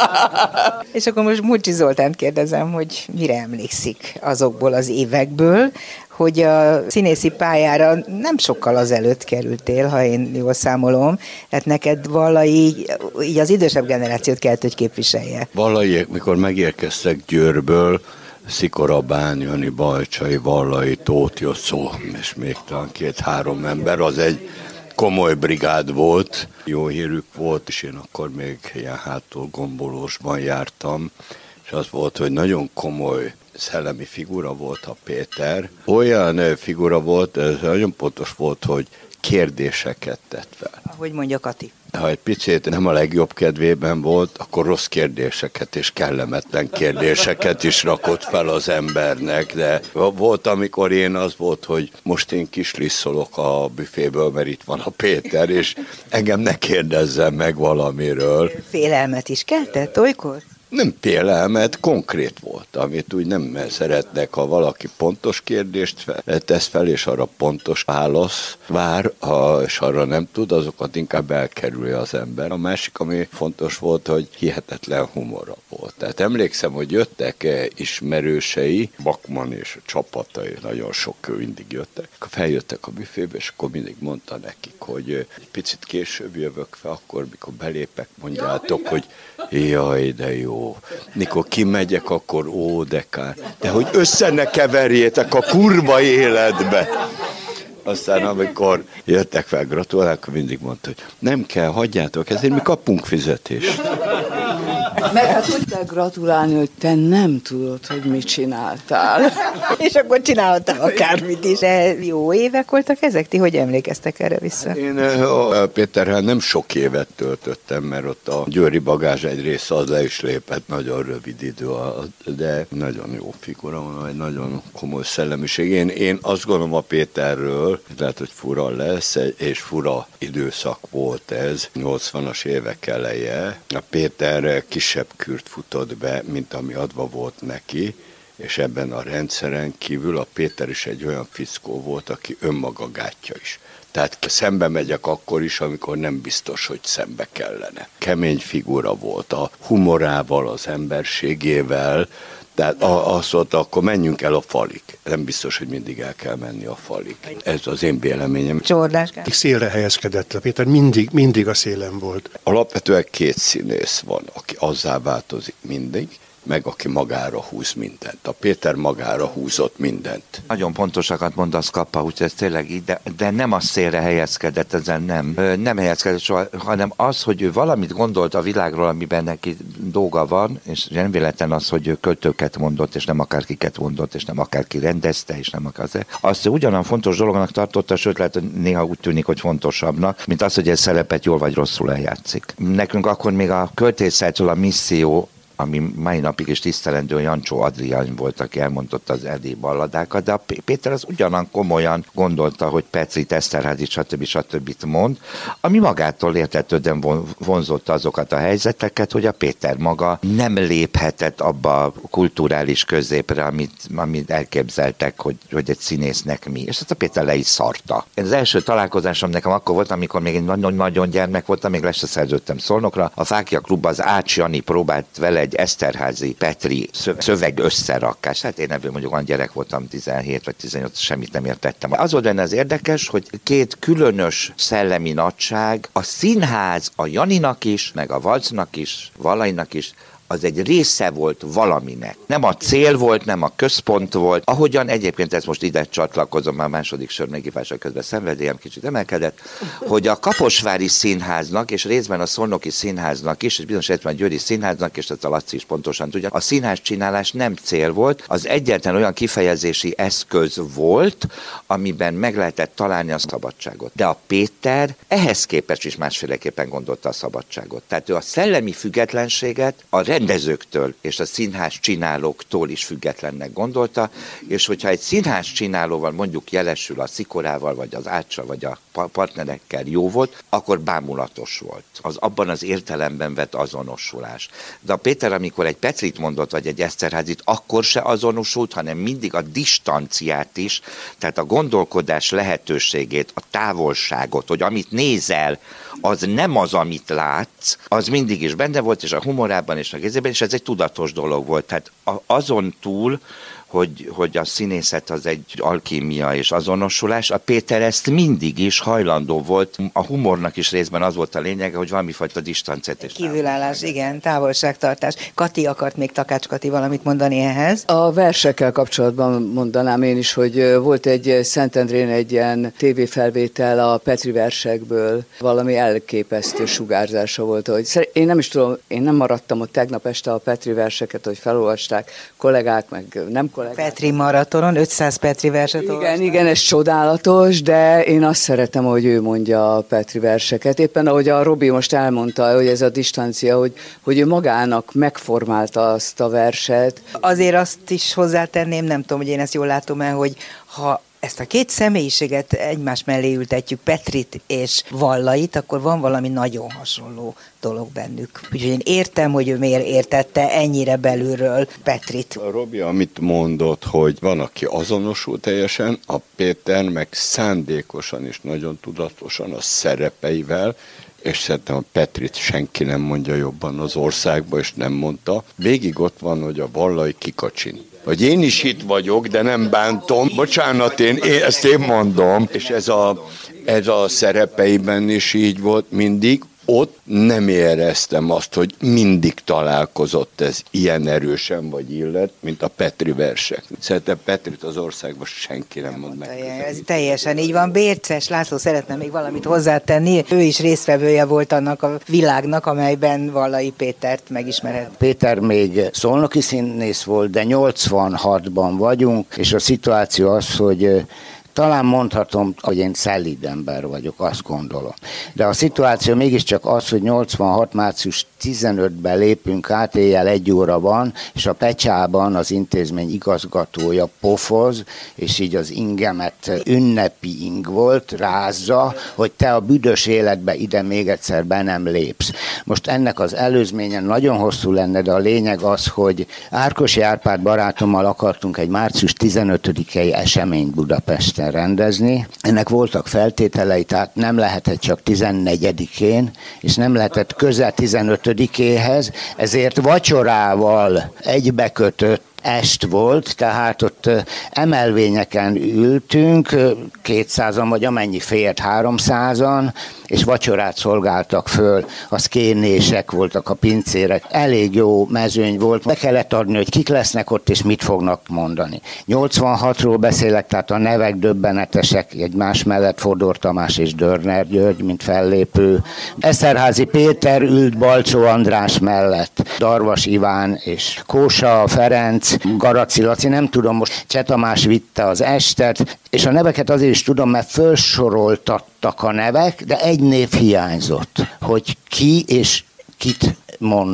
És akkor most Mucsi Zoltánt kérdezem, hogy mire emlékszik azokból az évekből, hogy a színészi pályára nem sokkal azelőtt kerültél, ha én jól számolom, tehát neked valahogy így az idősebb generációt kellett, hogy képviselje. Valahogy, mikor megérkeztek Győrből, Szikora, Bányani, Balcsai, Vallai, Tóth Jocó, és még talán két-három ember, az egy komoly brigád volt, jó hírük volt, és én akkor még ilyen hátul gombolósban jártam, és az volt, hogy nagyon komoly szellemi figura volt a Péter. Olyan figura volt, ez nagyon pontos volt, hogy kérdéseket tett fel. Ahogy mondja Kati. Ha egy picit nem a legjobb kedvében volt, akkor rossz kérdéseket és kellemetlen kérdéseket is rakott fel az embernek, de volt, amikor én az volt, hogy most én kislisszolok a büféből, mert itt van a Péter, és engem ne kérdezzem meg valamiről. Félelmet is keltett olykor? Nem félelmet, konkrét volt, amit úgy nem szeretnek, ha valaki pontos kérdést fel, tesz fel, és arra pontos válasz vár, ha, és arra nem tud, azokat inkább elkerülje az ember. A másik, ami fontos volt, hogy hihetetlen humora volt. Tehát emlékszem, hogy jöttek ismerősei, Bakman és a csapatai, nagyon sok mindig jöttek. Feljöttek a büfébe, és akkor mindig mondta nekik, hogy egy picit később jövök fel, akkor mikor belépek, mondjátok, hogy jaj, de jó. Mikor kimegyek, akkor ó, de kár. De hogy össze ne keverjétek a kurva életbe. Aztán amikor jöttek fel gratulálni, akkor mindig mondta, hogy nem kell, hagyjátok, ezért mi kapunk fizetést. Meg hát úgy kell gratulálni, hogy te nem tudod, hogy mit csináltál. És akkor csináltál akármit is. De jó évek voltak ezek? Ti hogy emlékeztek erre vissza? Én a Péterrel nem sok évet töltöttem, mert ott a győri bagázs egy része az le is lépett, nagyon rövid idő, de nagyon jó figura van, egy nagyon komoly szellemiség. Én, én azt gondolom a Péterről, lehet, hogy fura lesz, és fura időszak volt ez, nyolcvanas évek eleje. A Péter kisebb kürt futott be, mint ami adva volt neki, és ebben a rendszeren kívül a Péter is egy olyan fickó volt, aki önmaga gátja is. Tehát szembe megyek akkor is, amikor nem biztos, hogy szembe kellene. Kemény figura volt a humorával, az emberségével, tehát azt mondta, akkor menjünk el a falig. Nem biztos, hogy mindig el kell menni a falig. Ez az én véleményem. Csordáskán. Szélre helyezkedett a Péter, mindig, mindig a szélen volt. Alapvetően két színész van, aki azzá változik mindig, meg aki magára húz mindent. A Péter magára húzott mindent. Nagyon pontosakat mondasz, Kappa, úgyhogy ez tényleg így, de, de nem a szélre helyezkedett, ezen nem. Nem helyezkedett soha, hanem az, hogy ő valamit gondolt a világról, amiben neki dolga van, és nem véletlen az, hogy ő költőket mondott, és nem akárkiket mondott, és nem akárki rendezte, és nem akár. Azt ugyanolyan fontos dolognak tartotta, sőt lehet, hogy néha úgy tűnik, hogy fontosabbnak, mint az, hogy egy szerepet jól vagy rosszul eljátszik. Nekünk akkor még a költészetől a misszió ami mai napig is tisztelendő, Jancsó Adrián volt, aki elmondott az erdélyi balladákat, de a Péter az ugyanan komolyan gondolta, hogy Petrit, Eszterházy, stb. stb. Mond, ami magától értetődően vonzotta azokat a helyzeteket, hogy a Péter maga nem léphetett abba a kulturális középre, amit, amit elképzeltek, hogy, hogy egy színésznek mi. És ezt a Péter le is szarta. Az első találkozásom nekem akkor volt, amikor még egy nagyon-nagyon gyermek voltam, még le se szerződtem Szolnokra. A Fákja Klubban az Ács Jani próbált vele egy Eszterházy Petri szöveg összerakás. Hát én ebből mondjuk olyan gyerek voltam, tizenhét vagy tizennyolc, semmit nem értettem. Az volt benne az érdekes, hogy két különös szellemi nagyság, a színház a Janinak is, meg a Valcnak is, Valainak is, az egy része volt valaminek. Nem a cél volt, nem a központ volt. Ahogyan egyébként ez most ide csatlakozom, már második sör megívása közben szenvedélyem kicsit emelkedett, hogy a Kaposvári Színháznak, és részben a Szolnoki Színháznak is, és bizonyos értelemben a Győri Színháznak, és ezt a Laci is pontosan tudja, a színház csinálás nem cél volt, az egyetlen olyan kifejezési eszköz volt, amiben meg lehetett találni a szabadságot. De a Péter ehhez képest is másféleképpen gondolta a szabadságot. Tehát ő a szellemi függetlenséget a rendezőktől és a színház csinálóktól is függetlennek gondolta, és hogyha egy színház csinálóval mondjuk jelesül a Szikorával, vagy az Áccsal, vagy a partnerekkel jó volt, akkor bámulatos volt. Az abban az értelemben vett azonosulás. De a Péter, amikor egy Petrit mondott, vagy egy Eszterházit, akkor se azonosult, hanem mindig a distanciát is, tehát a gondolkodás lehetőségét, a távolságot, hogy amit nézel, az nem az, amit látsz, az mindig is benne volt, és a humorában, és a gézében, és ez egy tudatos dolog volt. Tehát azon túl, hogy, hogy a színészet az egy alkímia és azonosulás, a Péter ezt mindig is hajlandó volt. A humornak is részben az volt a lényege, hogy valamifajta distanciát és kívülállás, igen, távolságtartás. Kati akart még, Takács Kati valamit mondani ehhez. A versekkel kapcsolatban mondanám én is, hogy volt egy Szentendrén egy ilyen tévéfelvétel a Petri versekből, valami elképesztő sugárzása volt. Hogy én nem is tudom, én nem maradtam ott tegnap este a Petri verseket, hogy felolvasták kollégák, meg nem kollégák. Petri maratonon, ötszáz Petri verset Igen, olvastam. igen, ez csodálatos, de én azt szeretem, hogy ő mondja a Petri verseket. Éppen ahogy a Robi most elmondta, hogy ez a distancia, hogy, hogy ő magának megformálta azt a verset. Azért azt is hozzátenném, nem tudom, hogy én ezt jól látom el, hogy ha ezt a két személyiséget egymás mellé ültetjük, Petrit és Vallait, akkor van valami nagyon hasonló dolog bennük. Úgyhogy én értem, hogy ő miért értette ennyire belülről Petrit. A Robi, amit mondott, hogy van, aki azonosul teljesen, a Péter meg szándékosan és nagyon tudatosan a szerepeivel, és szerintem a Petrit senki nem mondja jobban az országban, és nem mondta. Végig ott van, hogy a Vallai kikacsin. Hogy én is itt vagyok, de nem bántom. Bocsánat, én, én ezt én mondom. És ez a, ez a szerepeiben is így volt mindig. Ott nem éreztem azt, hogy mindig találkozott ez ilyen erősen, vagy illet, mint a Petri versek. Szerintem Petrit az országban senki nem mond meg. Ez teljesen így van. Bérces László szeretne még valamit hozzátenni. Ő is résztvevője volt annak a világnak, amelyben Vallai Pétert megismerhet. Péter még szolnoki színész volt, de nyolcvanhatban vagyunk, és a szituáció az, hogy talán mondhatom, hogy én szelíd ember vagyok, azt gondolom. De a szituáció mégiscsak az, hogy nyolcvanhat március tizenötödikébe lépünk át, éjjel egy óra van, és a Pecsában az intézmény igazgatója pofoz, és így az ingemet ünnepi ing volt, rázza, hogy te a büdös életbe ide még egyszer be nem lépsz. Most ennek az előzményen nagyon hosszú lenne, de a lényeg az, hogy Árkosi Árpád barátommal akartunk egy március tizenötödikei eseményt Budapesten rendezni. Ennek voltak feltételei, tehát nem lehetett csak tizennegyedikén, és nem lehetett közel tizenötödikéhez, ezért vacsorával egybekötött est volt, tehát ott emelvényeken ültünk, kétszázan vagy amennyi fért, háromszázan, és vacsorát szolgáltak föl, az kénések voltak, a pincérek. Elég jó mezőny volt, be kellett adni, hogy kik lesznek ott, és mit fognak mondani. nyolcvanhatról beszélek, tehát a nevek döbbenetesek, egymás mellett Fodor Tamás és Dörner György, mint fellépő. Eszterházy Péter ült Balcsó András mellett, Darvas Iván és Kósa Ferenc, Garaci Laci, nem tudom, most Cseh Tamás vitte az estet, és a neveket azért is tudom, mert felsoroltattak a nevek, de egy név hiányzott, hogy ki és kit mondott.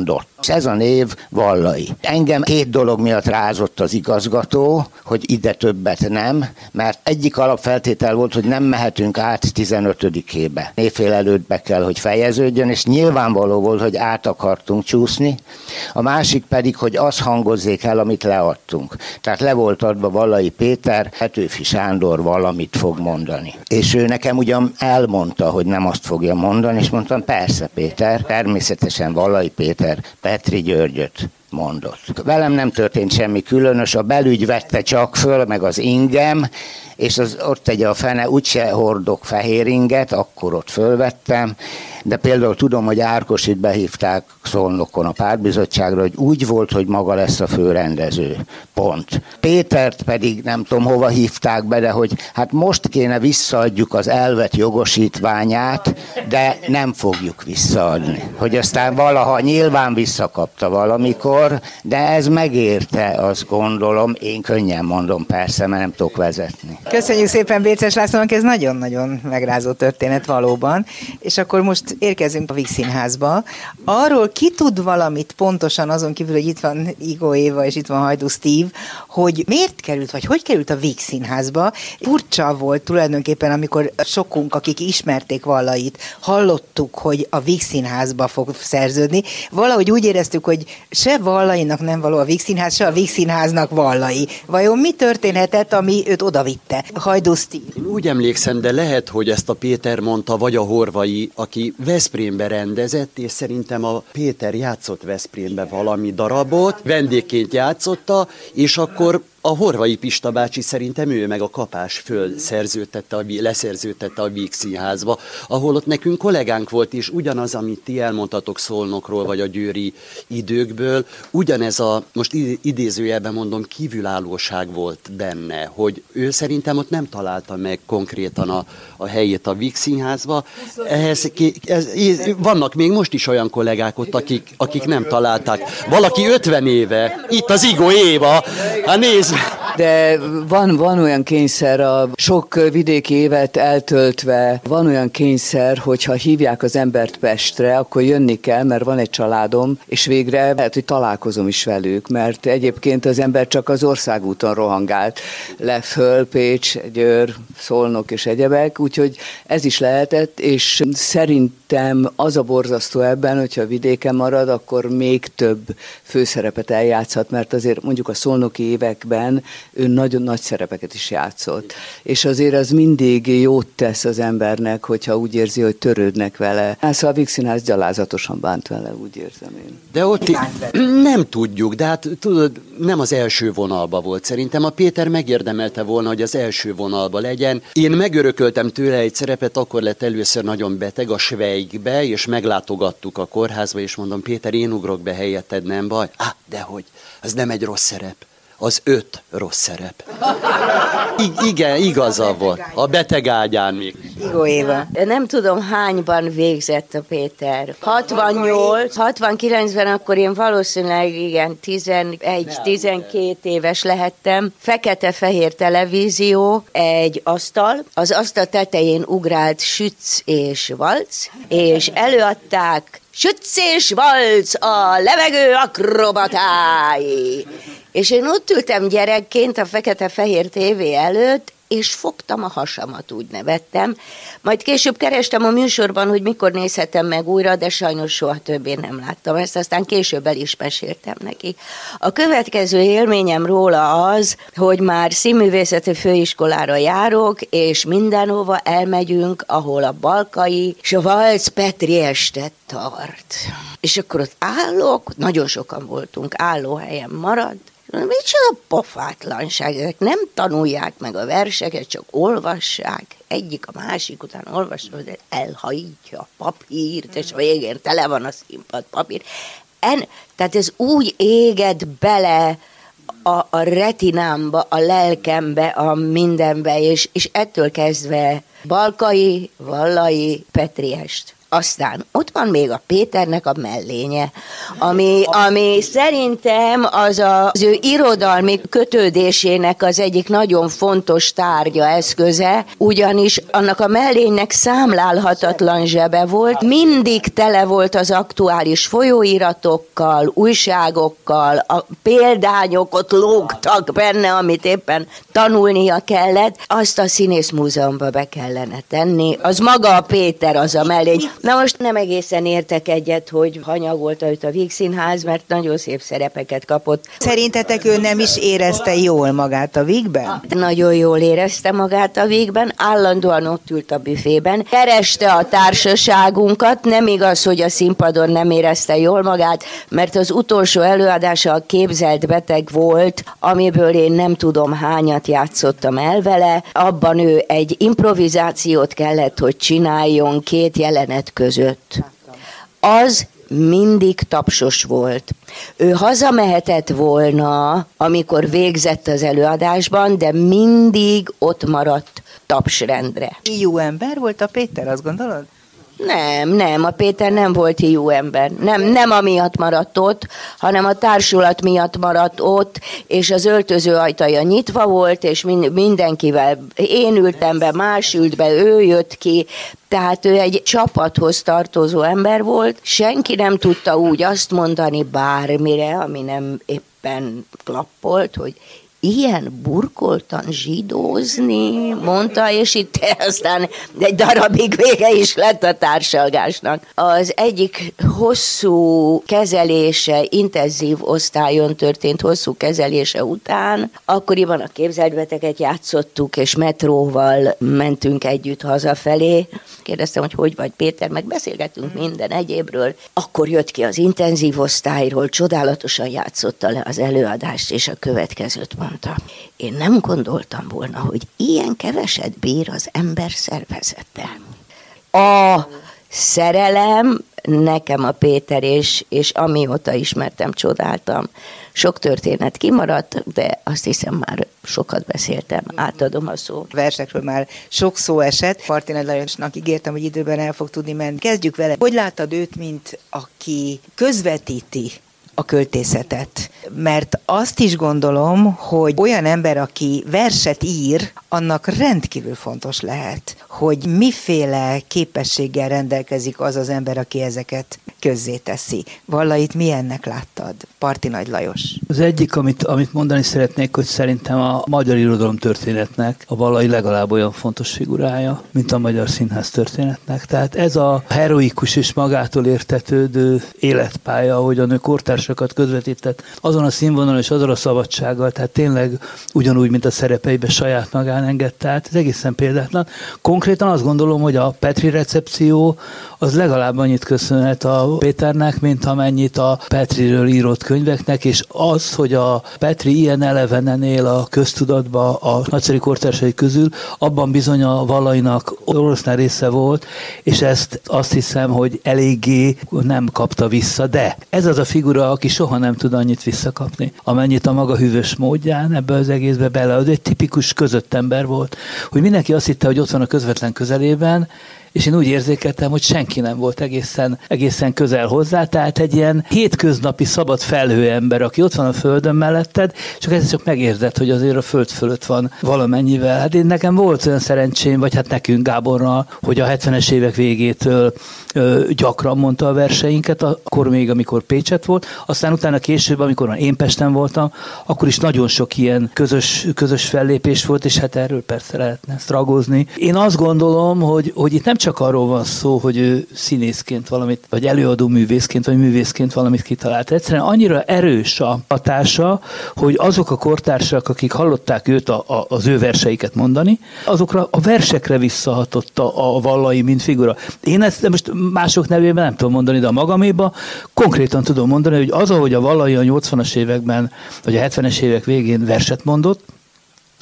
És ez a név Vallai. Engem két dolog miatt rázott az igazgató, hogy ide többet nem, mert egyik alapfeltétel volt, hogy nem mehetünk át tizenötödikébe. Névfél előtt be kell, hogy fejeződjön, és nyilvánvaló volt, hogy át akartunk csúszni. A másik pedig, hogy az hangozzék el, amit leadtunk. Tehát le volt adva Vallai Péter, Petőfi Sándor valamit fog mondani. És ő nekem ugyan elmondta, hogy nem azt fogja mondani, és mondtam, persze Péter, természetesen Vallai Péter Petri Györgyöt mondott. Velem nem történt semmi különös, a belügy vette csak föl, meg az ingem, és az ott tegye a fene, úgyse hordok fehér inget, akkor ott fölvettem, de például tudom, hogy Árkosit behívták Szolnokon a pártbizottságra, hogy úgy volt, hogy maga lesz a főrendező. Pont. Pétert pedig nem tudom hova hívták be, de hogy hát most kéne visszaadjuk az elvett jogosítványát, de nem fogjuk visszaadni. Hogy aztán valaha nyilván visszakapta valamikor, de ez megérte, azt gondolom, én könnyen mondom persze, mert nem tudok vezetni. Köszönjük szépen Bécses Lászlónak, ez nagyon-nagyon megrázó történet valóban, és akkor most érkezünk a Víg Színházba. Arról ki tud valamit pontosan, azon kívül, hogy itt van Igó Éva és itt van Hajdú Steve, hogy miért került, vagy hogy került a Víg Színházba? Furcsa volt tulajdonképpen, amikor sokunk, akik ismerték Vallait, hallottuk, hogy a Víg Színházba fog szerződni. Valahogy úgy éreztük, hogy se Vallainak nem való a Víg Színház, se a Víg Színháznak Vallai. Vajon mi történhetett, ami őt odavitte? Hajdú Steve. Én úgy emlékszem, de lehet, hogy ezt a Péter mondta, vagy a Horvai, aki Veszprémbe rendezett, és szerintem a Péter játszott Veszprémbe valami darabot, vendégként játszotta, és akkor a Horvai Pista bácsi szerintem ő meg a Kapás föl szerződtette, leszerződtette a Víg Színházba, ahol ott nekünk kollégánk volt, és ugyanaz, amit ti elmondtatok Szolnokról, vagy a győri időkből, ugyanez a, most idézőjelben mondom, kívülállóság volt benne, hogy ő szerintem ott nem találta meg konkrétan a, a helyét a Víg Színházba. Ehhez, ez, vannak még most is olyan kollégák ott, akik, akik nem találták. Valaki ötven éve, itt az Igó Éva, hát nézd. De van, van olyan kényszer, a sok vidéki évet eltöltve, van olyan kényszer, hogyha hívják az embert Pestre, akkor jönni kell, mert van egy családom, és végre lehet, hogy találkozom is velük, mert egyébként az ember csak az országúton rohangált le föl, Pécs, Győr, Szolnok és egyebek, úgyhogy ez is lehetett, és szerintem az a borzasztó ebben, hogyha vidéken marad, akkor még több főszerepet eljátszhat, mert azért mondjuk a szolnoki években ő nagyon nagy szerepeket is játszott. És azért az mindig jót tesz az embernek, hogyha úgy érzi, hogy törődnek vele. Hát szóval a Víg Színház gyalázatosan bánt vele, úgy érzem én. De ott nem tudjuk, de hát tudod, nem az első vonalba volt. Szerintem a Péter megérdemelte volna, hogy az első vonalba legyen. Én megörököltem tőle egy szerepet, akkor lett először nagyon beteg a Schweigbe, és meglátogattuk a kórházba, és mondom, Péter, én ugrok be helyetted, nem baj? Ah, dehogy, az nem egy rossz szerep. Az öt rossz szerep. I- igen, igaza volt. A beteg ágyán még. Igó Éva. Nem tudom, hányban végzett a Péter. hatvannyolc, hatvankilencben akkor én valószínűleg igen, tizenegy, tizenkét éves lehettem. Fekete-fehér televízió, egy asztal. Az asztal tetején ugrált Sütz és Valc, és előadták Sütz és Valc, a levegő akrobatái. És én ott ültem gyerekként a fekete-fehér tévé előtt, és fogtam a hasamat, úgy nevettem. Majd később kerestem a műsorban, hogy mikor nézhetem meg újra, de sajnos soha többé nem láttam ezt, aztán később el is meséltem neki. A következő élményem róla az, hogy már színművészeti főiskolára járok, és mindenhova elmegyünk, ahol a Balkai és a Valc Petri estet tart. És akkor ott állok, nagyon sokan voltunk, állóhelyen marad, micsoda pofátlanság, ezek nem tanulják meg a verseket, csak olvassák, egyik a másik után olvasva, de elhajítja a papírt, és a végén tele van a színpad papír. En, tehát ez úgy éget bele a, a retinámba, a lelkembe, a mindenbe, és, és ettől kezdve Balkai, Vallai, Petri est. Aztán ott van még a Péternek a mellénye, ami, ami szerintem az a, az ő irodalmi kötődésének az egyik nagyon fontos tárgya, eszköze, ugyanis annak a mellénynek számlálhatatlan zsebe volt, mindig tele volt az aktuális folyóiratokkal, újságokkal, a példányok ott lógtak benne, amit éppen tanulnia kellett, azt a Színészmúzeumba be kellene tenni. Az maga a Péter, az a mellény. Na most nem egészen értek egyet, hogy hanyagolta őt a Vígszínház, mert nagyon szép szerepeket kapott. Szerintetek ő nem is érezte jól magát a Vígben? Nagyon jól érezte magát a Vígben, állandóan ott ült a büfében, kereste a társaságunkat, nem igaz, hogy a színpadon nem érezte jól magát, mert az utolsó előadása a Képzelt beteg volt, amiből én nem tudom hányat játszottam el vele, abban ő egy improvizációt kellett, hogy csináljon két jelenet között. Az mindig tapsos volt. Ő hazamehetett volna, amikor végzett az előadásban, de mindig ott maradt tapsrendre. Jó ember volt a Péter, azt gondolod? Nem, nem, a Péter nem volt jó ember. Nem, nem amiatt maradt ott, hanem a társulat miatt maradt ott, és az öltöző ajtaja nyitva volt, és mindenkivel én ültem be, más ült be, ő jött ki, tehát ő egy csapathoz tartozó ember volt, senki nem tudta úgy azt mondani bármire, ami nem éppen klappolt, hogy ilyen burkoltan zsidózni, mondta, és itt aztán egy darabig vége is lett a társalgásnak. Az egyik hosszú kezelése, intenzív osztályon történt hosszú kezelése után, akkoriban a Képzelt beteget játszottuk, és metróval mentünk együtt hazafelé. Kérdeztem, hogy hogy vagy Péter, meg beszélgettünk minden egyébről. Akkor jött ki az intenzív osztályról, csodálatosan játszotta le az előadást, és a következőt mondta. Én nem gondoltam volna, hogy ilyen keveset bír az ember szervezete. A szerelem, nekem a Péter, és, és amióta ismertem, csodáltam. Sok történet kimaradt, de azt hiszem már sokat beszéltem, átadom a szót. Versekről már sok szó esett. Parti Nagy Lajosnak ígértem, hogy időben el fog tudni menni. Kezdjük vele. Hogy láttad őt, mint aki közvetíti a költészetet? Mert azt is gondolom, hogy olyan ember, aki verset ír, annak rendkívül fontos lehet, hogy miféle képességgel rendelkezik az az ember, aki ezeket közzéteszi. Vallait milyennek láttad, Parti Nagy Lajos? Az egyik, amit, amit mondani szeretnék, hogy szerintem a magyar irodalom történetnek a Vallai legalább olyan fontos figurája, mint a magyar színház történetnek. Tehát ez a heroikus és magától értetődő életpálya, ahogyan ő kortársakat közvetített, azon a színvonalon és azon a szabadsággal, tehát tényleg ugyanúgy, mint a szerepeibe saját magán engedte át, ez egészen példátlan. Konkrétan azt gondolom, hogy a Petri recepció az legalább annyit köszönhet a Péternek, mint amennyit a Petriről írott könyveknek, és az, hogy a Petri ilyen elevenen él a köztudatba a nagyszerű kortársai közül, abban bizony a Vallainak orosznál része volt, és ezt azt hiszem, hogy eléggé nem kapta vissza, de ez az a figura, aki soha nem tud annyit visszakapni, amennyit a maga hűvös módján ebbe az egészbe bele. Az egy tipikus között ember volt, hogy mindenki azt hitte, hogy ott van a közvetlen közelében, és én úgy érzékeltem, hogy senki nem volt egészen, egészen közel hozzá, tehát egy ilyen hétköznapi szabad felhő ember, aki ott van a földön melletted, csak ez csak megérzed, hogy azért a föld fölött van valamennyivel. Hát én nekem volt olyan szerencsém, vagy hát nekünk Gáborral, hogy a hetvenes évek végétől ö, gyakran mondta a verseinket, akkor még, amikor Pécset volt, aztán utána később, amikor én Pesten voltam, akkor is nagyon sok ilyen közös, közös fellépés volt, és hát erről persze lehetne ezt ragozni. Én azt gondolom, hogy, hogy itt nem csak arról van szó, hogy ő színészként valamit, vagy előadó művészként, vagy művészként valamit kitalált. Egyszerűen annyira erős a hatása, hogy azok a kortársak, akik hallották őt a, a, az ő verseiket mondani, azokra a versekre visszahatott a, a Vallai, mint figura. Én ezt most mások nevében nem tudom mondani, de a magaméba konkrétan tudom mondani, hogy az, ahogy a Vallai a nyolcvanas években, vagy a hetvenes évek végén verset mondott,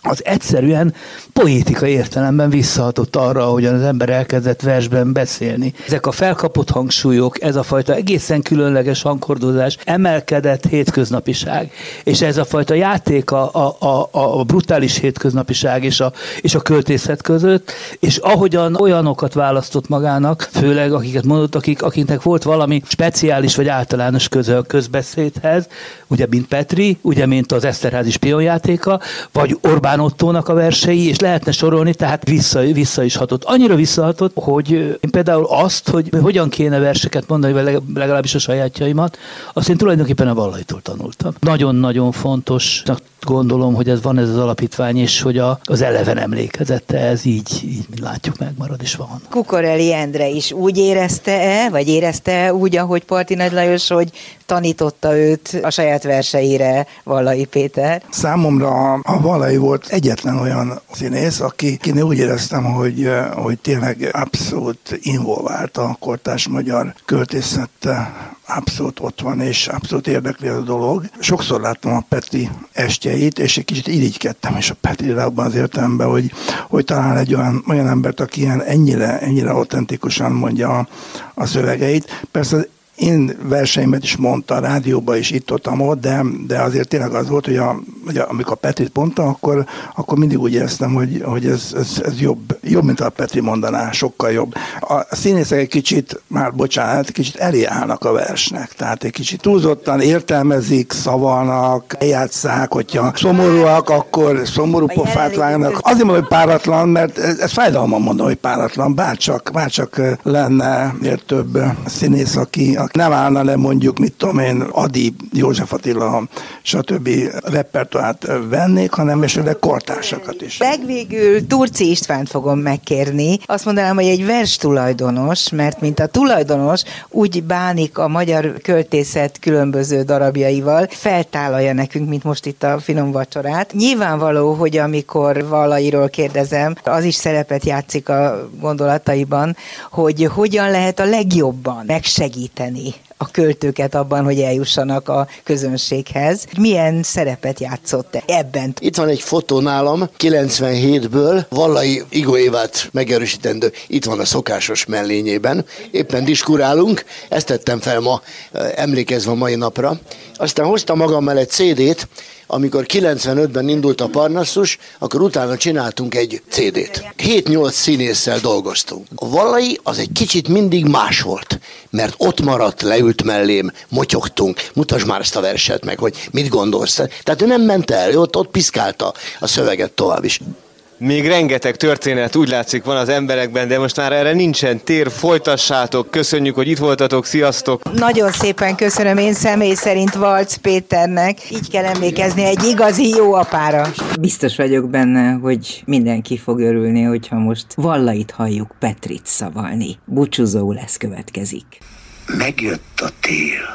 az egyszerűen poétikai értelemben visszahatott arra, ahogyan az ember elkezdett versben beszélni. Ezek a felkapott hangsúlyok, ez a fajta egészen különleges hangkordozás, emelkedett hétköznapiság, és ez a fajta játék a, a, a, a brutális hétköznapiság és a, és a költészet között, és ahogyan olyanokat választott magának, főleg akiket mondott, akik, akiknek volt valami speciális vagy általános köze a közbeszédhez, ugye mint Petri, ugye mint az Eszterházy spionjátéka, vagy Orbán Ottónak a versei, és lehetne sorolni, tehát vissza, vissza is hatott. Annyira visszahatott, hogy én például azt, hogy hogyan kéne verseket mondani, vagy legalábbis a sajátjaimat, azt én tulajdonképpen a Vallaitól tanultam. Nagyon-nagyon fontosnak gondolom, hogy ez van ez az alapítvány, és hogy a, az eleven emlékezete, ez így, így látjuk, megmarad és van. Kukorelli Endre is úgy érezte-e, vagy érezte úgy, ahogy Parti Nagy Lajos, hogy tanította őt a saját verseire Vallai Péter? Számomra a Vallai volt egyetlen olyan színész, aki, aki úgy éreztem, hogy, hogy tényleg abszolút involvált a kortárs magyar költészettel, abszolút ott van, és abszolút érdekli a dolog. Sokszor láttam a Petri estjeit, és egy kicsit irigykedtem is a Petrire abban az értelemben, hogy, hogy talán egy olyan, olyan embert, aki ilyen ennyire, ennyire autentikusan mondja a, a szövegeit. Persze én verseimet is mondta a rádióban is itt-ott, ott, de, de azért tényleg az volt, hogy, a, hogy a, amikor a Petrit mondta, akkor, akkor mindig úgy éreztem, hogy, hogy ez, ez, ez jobb, jobb, mint a Petri mondaná, sokkal jobb. A színészek egy kicsit, már bocsánat, kicsit elé állnak a versnek, tehát egy kicsit túlzottan értelmezik, szavalnak, eljátsszák, hogyha szomorúak, akkor szomorú pofát vágnak. Azért mondom, hogy páratlan, mert ez, ez fájdalman mondom, hogy páratlan, bárcsak, bárcsak lenne miért több színész, aki nem állna le mondjuk, mit tudom én, Ady, József Attila, stb. Repertoárt vennék, hanem esetleg kortársakat is. Legvégül Turci Istvánt fogom megkérni. Azt mondanám, hogy egy vers tulajdonos, mert mint a tulajdonos úgy bánik a magyar költészet különböző darabjaival, feltállalja nekünk, mint most itt a finom vacsorát. Nyilvánvaló, hogy amikor Vallairól kérdezem, az is szerepet játszik a gondolataiban, hogy hogyan lehet a legjobban megsegíteni a költőket abban, hogy eljussanak a közönséghez. Milyen szerepet játszott ebben? Itt van egy fotó nálam, kilencvenhétből, Vallai Igó Évát megerősítendő, itt van a szokásos mellényében. Éppen diskurálunk, ezt tettem fel ma, emlékezve a mai napra. Aztán hoztam magammal egy cé dét, amikor kilencvenötben indult a Parnassus, akkor utána csináltunk egy cé dét. hét-nyolc színésszel dolgoztunk. A Vallai az egy kicsit mindig más volt, mert ott maradt, leült mellém, motyogtunk, mutasd már ezt a verset meg, hogy mit gondolsz. Tehát ő nem ment el, ő ott, ott piszkálta a szöveget tovább is. Még rengeteg történet úgy látszik van az emberekben, de most már erre nincsen tér, folytassátok, köszönjük, hogy itt voltatok, sziasztok! Nagyon szépen köszönöm én személy szerint Valc Péternek, így kell emlékezni egy igazi jó apára. Biztos vagyok benne, hogy mindenki fog örülni, hogyha most Vallait halljuk Petrit szavalni. Búcsúzó lesz következik. Megjött a tél.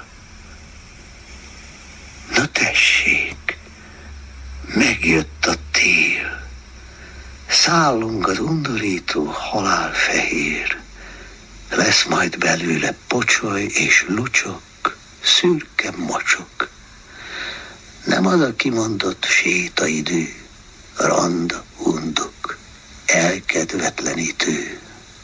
Na tessék, megjött a tél. Szállunk az undorító halálfehér, lesz majd belőle pocsoly és lucsok, szürke mocsok. Nem az a kimondott sétaidő, randa undok, elkedvetlenítő.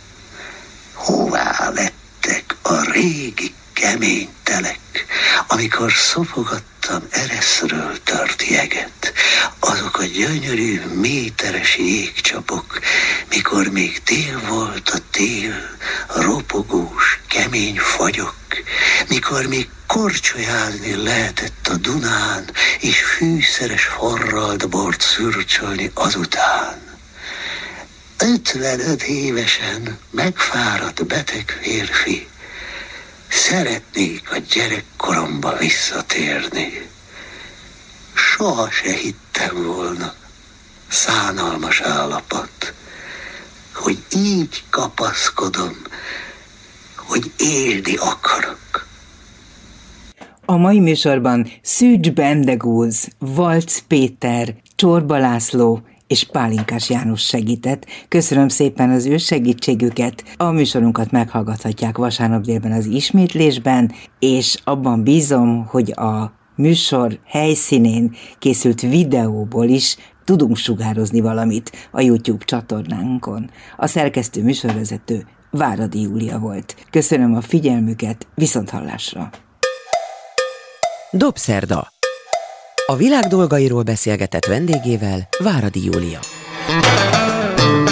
Hová lettek a régi kemény telek, amikor szopogattam ereszről tört jeget, azok a gyönyörű méteres jégcsapok, mikor még tél volt a tél, ropogós, kemény fagyok, mikor még korcsolyázni lehetett a Dunán, és fűszeres forralt bort szürcsölni azután. Ötvenöt évesen megfáradt beteg férfi, szeretnék a gyerekkoromba visszatérni. Soha se hittem volna, szánalmas állapot, hogy így kapaszkodom, hogy élni akarok. A mai műsorban Szűcs Bendegúz, Valc Péter, Csorba László és Pálinkás János segített. Köszönöm szépen az ő segítségüket. A műsorunkat meghallgathatják vasárnap délben az ismétlésben, és abban bízom, hogy a műsor helyszínén készült videóból is tudunk sugározni valamit a YouTube csatornánkon. A szerkesztő műsorvezető Váradi Júlia volt. Köszönöm a figyelmüket, viszonthallásra! Dobszerda. A világ dolgairól beszélgetett vendégével Váradi Júlia.